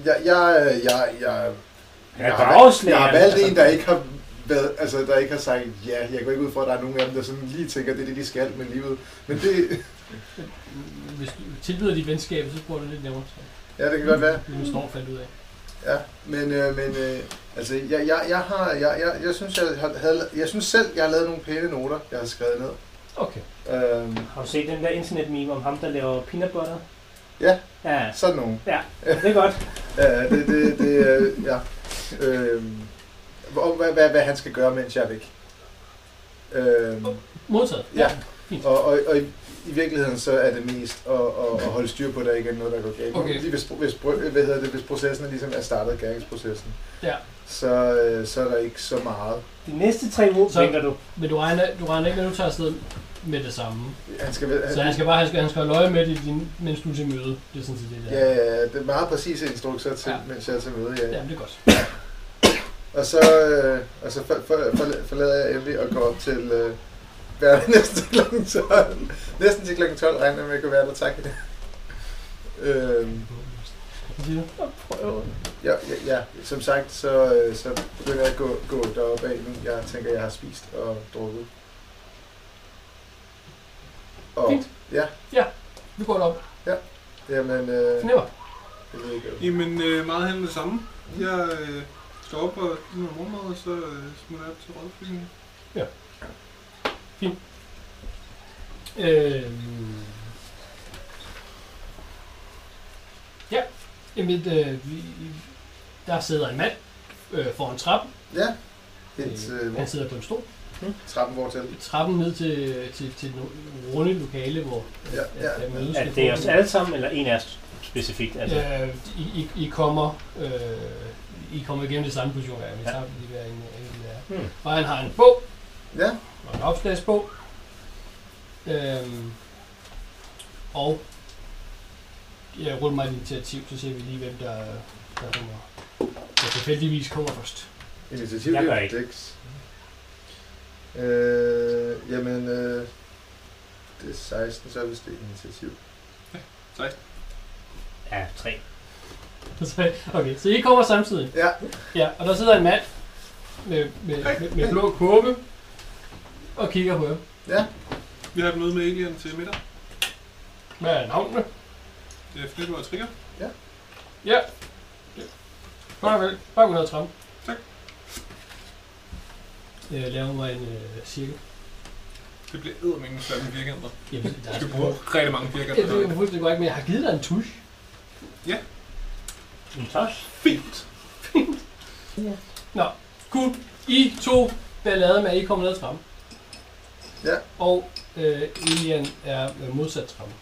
Jeg har valgt en, der ikke har været, altså der ikke har sagt ja. Jeg går ikke ud fra, at der er nogen af dem, der sådan lige tænker, det er det, de skal med livet. Men det... Hvis du tilbyder dit venskab, så bruger du lidt nemmere. Ja, det kan godt være. Det er en stor fandt ud af. Ja, men altså, jeg synes selv, jeg har lavet nogle pæne noter, jeg har skrevet ned. Okay. Har du set den der internet-meme om ham, der laver peanut butter? Ja, ja. Sådan nogen. Ja, det er godt. Ja. Hvad han skal gøre, mens jeg er væk. Modtaget. Ja, fint. Og i virkeligheden så er det mest at holde styr på, at der ikke er noget, der går galt. Okay. Hvis processen ligesom er startet, gæringsprocessen, ja. Så er der ikke så meget. De næste 3 uger tænker du? Men du regner ikke, når du tager afsted med det samme. Han skal holde øje med det, mens du er til møde. Det er sådan set det der. Ja, det er meget præcise instrukser til, mens jeg er til møde. Ja. Jamen, det er godt. Og så forlader jeg endelig og går op til næsten til klokken 12. Næsten til klokken 12 regner jeg med at kunne være der, tak. Ja, som sagt, så begynder jeg at gå deroppe af nu. Jeg tænker, jeg har spist og drukket. Og, fint. Ja. Ja, vi går derop. Ja, jamen... Fornemmer. Jeg ved ikke, Jamen, meget hen det samme. Jeg står op og noget morgenmad, og så smutter jeg op til rådflygningen. Ja. Fint. Ja, jamen, der sidder en mand foran trappen. Ja. Han sidder på en stol. Trappen hvor til? Trappen ned til et runde lokale, hvor mødes. Er det os alle sammen, eller en af os specifikt? Altså? I kommer igennem det samme position, men tager lige hver en der. Og han har en bog. Ja. Og en opslagsbog. Og jeg ruller mig et initiativ, så ser vi lige, hvem der tilfældigvis kommer først. Initiativ? Jeg gør ikke. Jamen, det er 16, så er det initiativ. Ja, 16. Ja, 3. Okay, så I kommer samtidig. Ja. Ja, og der sidder en mand med blå kåbe og kigger på jer. Ja. Vi har et møde med Alien til middag. Hvad er navnene? Det er Flipper og Trigger. Ja. Ja. Godt vel. Bare gå ned ad trappen. Tak. Jeg laver mig en cirkel. Det bliver eddermængden svært med firkanter. Jamen, Du skal bruge rigtig mange firkanter. Jeg ved fuldstændig godt ikke, men jeg har givet dig en tusch. Ja. En tusch? Fint. Ja. Nå, cool. I to ballade med, at I kommer ned ad trappen. Ja. Og Elian er modsat trappen.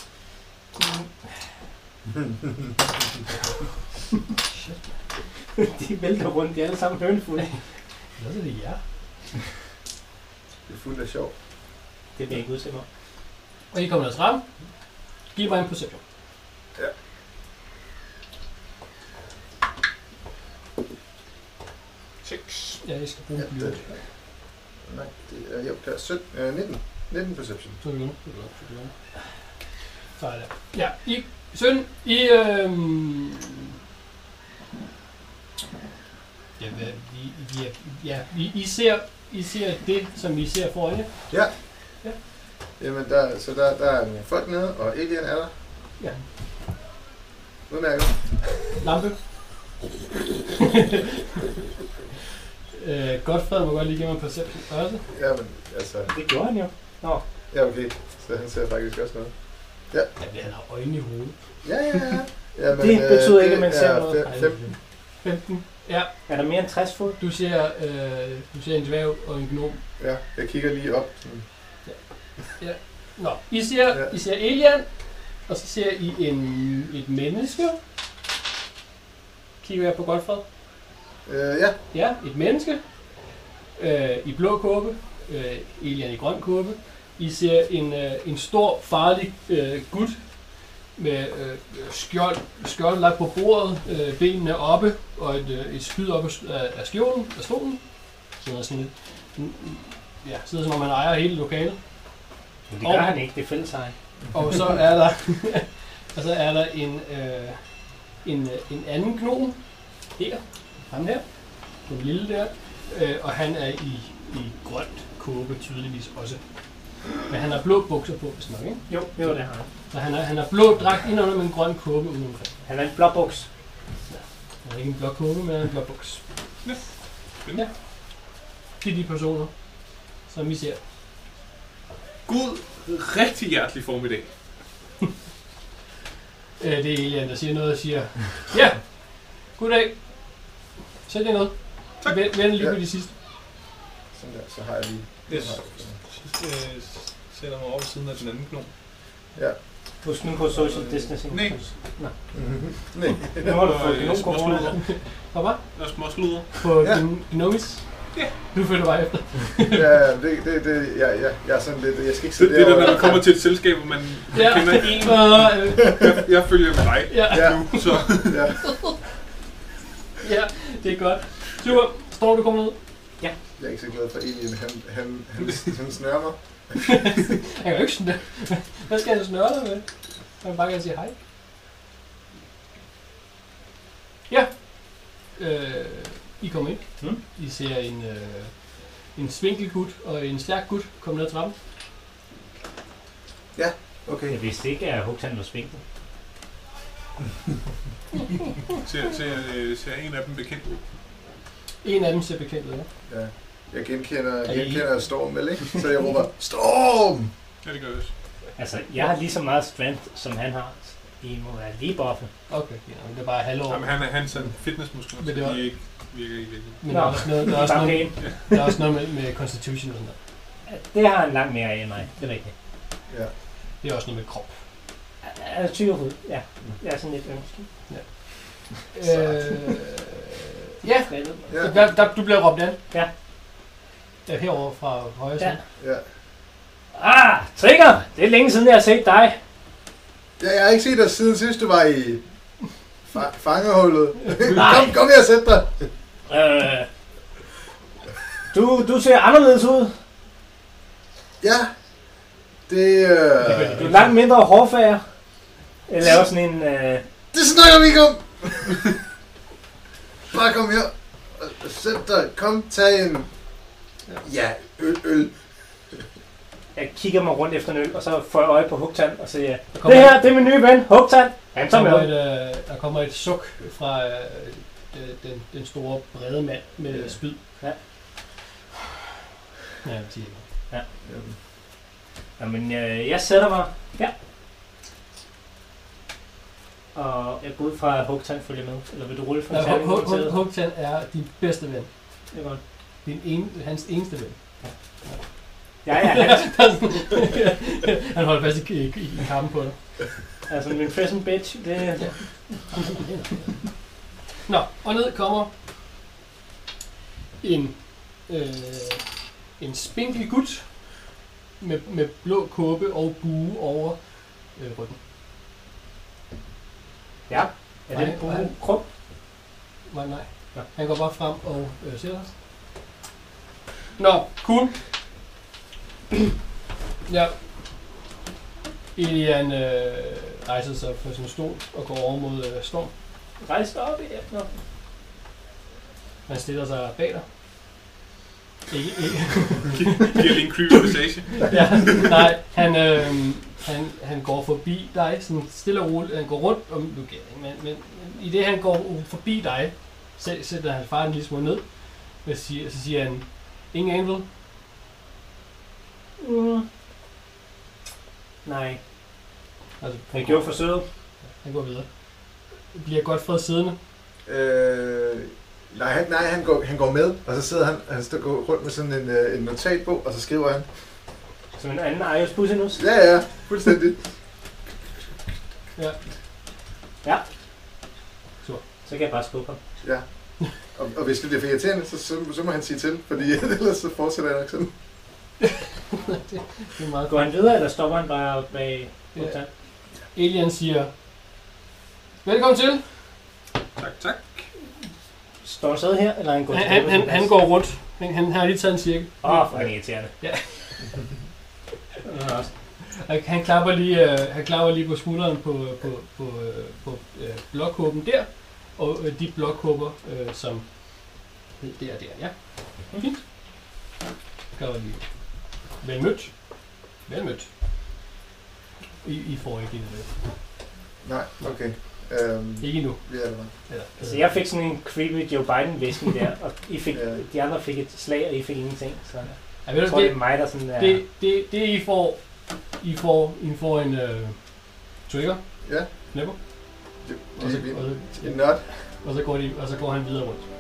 De vælter rundt, de er alle sammen hønefulde. Hvad er det, jer? Det er fuldt af sjov. Det vil jeg ikke udse mig. Og I kommer ned ad trappen. Giv mig en perception. Ja. Ja, jeg skal bruge en blyant. Nej, det er jo der 19 perception. Så er det godt. Så er det. Ja, I 17. I ser det, som I ser foran jer. Ja. Ja. Jamen, der er nogle folk nede, og Alien er der. Ja. Udmærket. Lampe. Godfred må godt lige give mig en perception også. Jamen, altså... Det gjorde han jo. Nå. Ja, okay. Så han ser faktisk også noget. Ja. Ja, han har øjne i hovedet. Ja. Jamen, det betyder ikke, at man ser noget. 15. Ja. Er der mere end 60 fod? Du ser en dværg og en gnom. Ja, jeg kigger lige op. Ja. Nå, I ser Alien, og så ser I et menneske. Kigger jeg på Godfred? Ja. Ja, et menneske. I blå kåbe. Alien i grøn kåbe. I ser en stor, farlig gut med skjold lagt på bordet, benene oppe og et spyd op af stolen. Sidder som om han ejer hele lokalet. Men det gør han ikke, det er fællesej. Og så er der en anden gnom her, ham her, den lille der, og han er i grønt kåbe tydeligvis også. Men han har blå bukser på, hvis nok, ikke? Jo, det har han. Så han har blå dragt indenunder med en grøn kåbe udenomkring. Han er en blå buks. Ja. Han er ikke en blå kåbe, men en blå buks. Ja. Ja. Det er de personer, som vi ser. Gud, rigtig hjertelig formiddag. Det er Elian, der siger noget og siger, ja, goddag. Sæt jer noget. Tak. Vend lige på de sidste. Sådan der, så har jeg lige... Yes. Sætter mig over siden af den anden gnom. Ja. Husk nu på social distancing. Nej. Nej. Nu har du fået nogle corona. Hvor var? Jeg er småsluder. På gnomis? Ja. Du følger bare efter. Jeg er sådan lidt... Jeg skal ikke sidde det er når man kommer til et selskab, hvor man kender en. Jeg følger med dig nu, så... Ja, det er godt. Super. Står du kommer ned? Ja. Jeg er ikke så glad for Alien. Han snører mig. Han kan jo ikke snøre. Hvad skal han snøre dig med? Han bare kan sige hej. Ja. I kommer ind. I ser en svinkelgut og en stærk gut komme ned ad trappen. Ja, okay. Jeg vidste ikke, at Hugtan var svinkel. Ser en af dem bekendt ud? En af dem ser bekendt ud, ja. Ja. Jeg genkender Storm, vel ikke? Så jeg råber, Storm! Ja, det gør jeg også. Altså, jeg har lige så meget strength, som han har. I må være lige buffe. Okay, ja, men det er bare halvår. Jamen, han er sådan fitnessmuskler, så de ikke virker i virkeligheden. Men der er også noget med constitution. Det har han langt mere af end mig, det er rigtigt. Ja. Det er også noget med krop. Altså, tyrehoved, ja. Jeg er sådan lidt ønske. Ja. Du bliver råbt an. Ja. Herovre fra højre side. Ja. Trigger! Det er længe siden, jeg har set dig. Ja, jeg har ikke set dig siden sidst, du var i fangehullet. kom her og sæt dig. Du ser anderledes ud. Ja. Det Du er langt mindre hårfager. Jeg laver sådan en... Det snakker vi ikke om. Bare kom her. Sæt dig. Kom, tag en... Ja, øl. Jeg kigger mig rundt efter en øl, og så får jeg øje på Hugtan, og siger, det her, det er min nye ven, Hugtan. Han tager med. Der kommer et suk fra den store, brede mand med spyd. Ja. Ja, jeg siger ja. Jamen, jeg sætter mig her. Og jeg går ud fra, at Hugtan følger med. Eller vil du rulle for en terning? Hugtan er din bedste ven. Det er godt. Hans eneste ven. Ja. Han holder fast i kampen på dig. Altså min present bitch, det... Nå, og ned kommer en spinkel gut med blå kåbe og bue over ryggen. Ja, er det bue krum? Nej. Ja. Han går bare frem og sætter sig. Nå, cool. Ja. Elian rejser sig fra sin stol og går over mod Storm. Rejser op i efter. Han stiller sig bag dig. Ikke. Giver lige en creepy passage. Ja, nej, han går forbi dig, sådan stille og roligt. Han går rundt om men i det han går forbi dig, sætter han faren lige små ned. Og så siger han, ingen anvil. Nej. Altså, han gjorde forsøget. Han går videre. Bliver Godfred siddende? Nej, han går med, og så sidder han går rundt med sådan en notatbog, og så skriver han. Som en anden Arius Businus? Ja, fuldstændig. Ja. Så kan jeg bare skubbe ham. Ja. Og hvis det bliver for irriterende, så må han sige til, fordi ellers så fortsætter jeg nok sådan. Det er meget. Går han videre, eller stopper han bare bag? Ja. Elian siger, velkommen til. Tak. Står han stadig her, eller han går han går rundt. Han har lige taget en cirkel. For han er irriterende. Ja. Han klapper lige på skulderen på blokhåben der, og de blokhåber, som der, ja. Fint. Klapper lige. Vel mødt. I får ikke det. Nej, okay. Ikke endnu. Ja, det var. Altså, jeg fik sådan en creepy Joe Biden-væsken der, og de andre fik et slag, og I fik ingenting. Så jeg tror, det er mig, der sådan er... Det I får en trigger. Ja. Knæpper. En nørd. Og så går han videre rundt.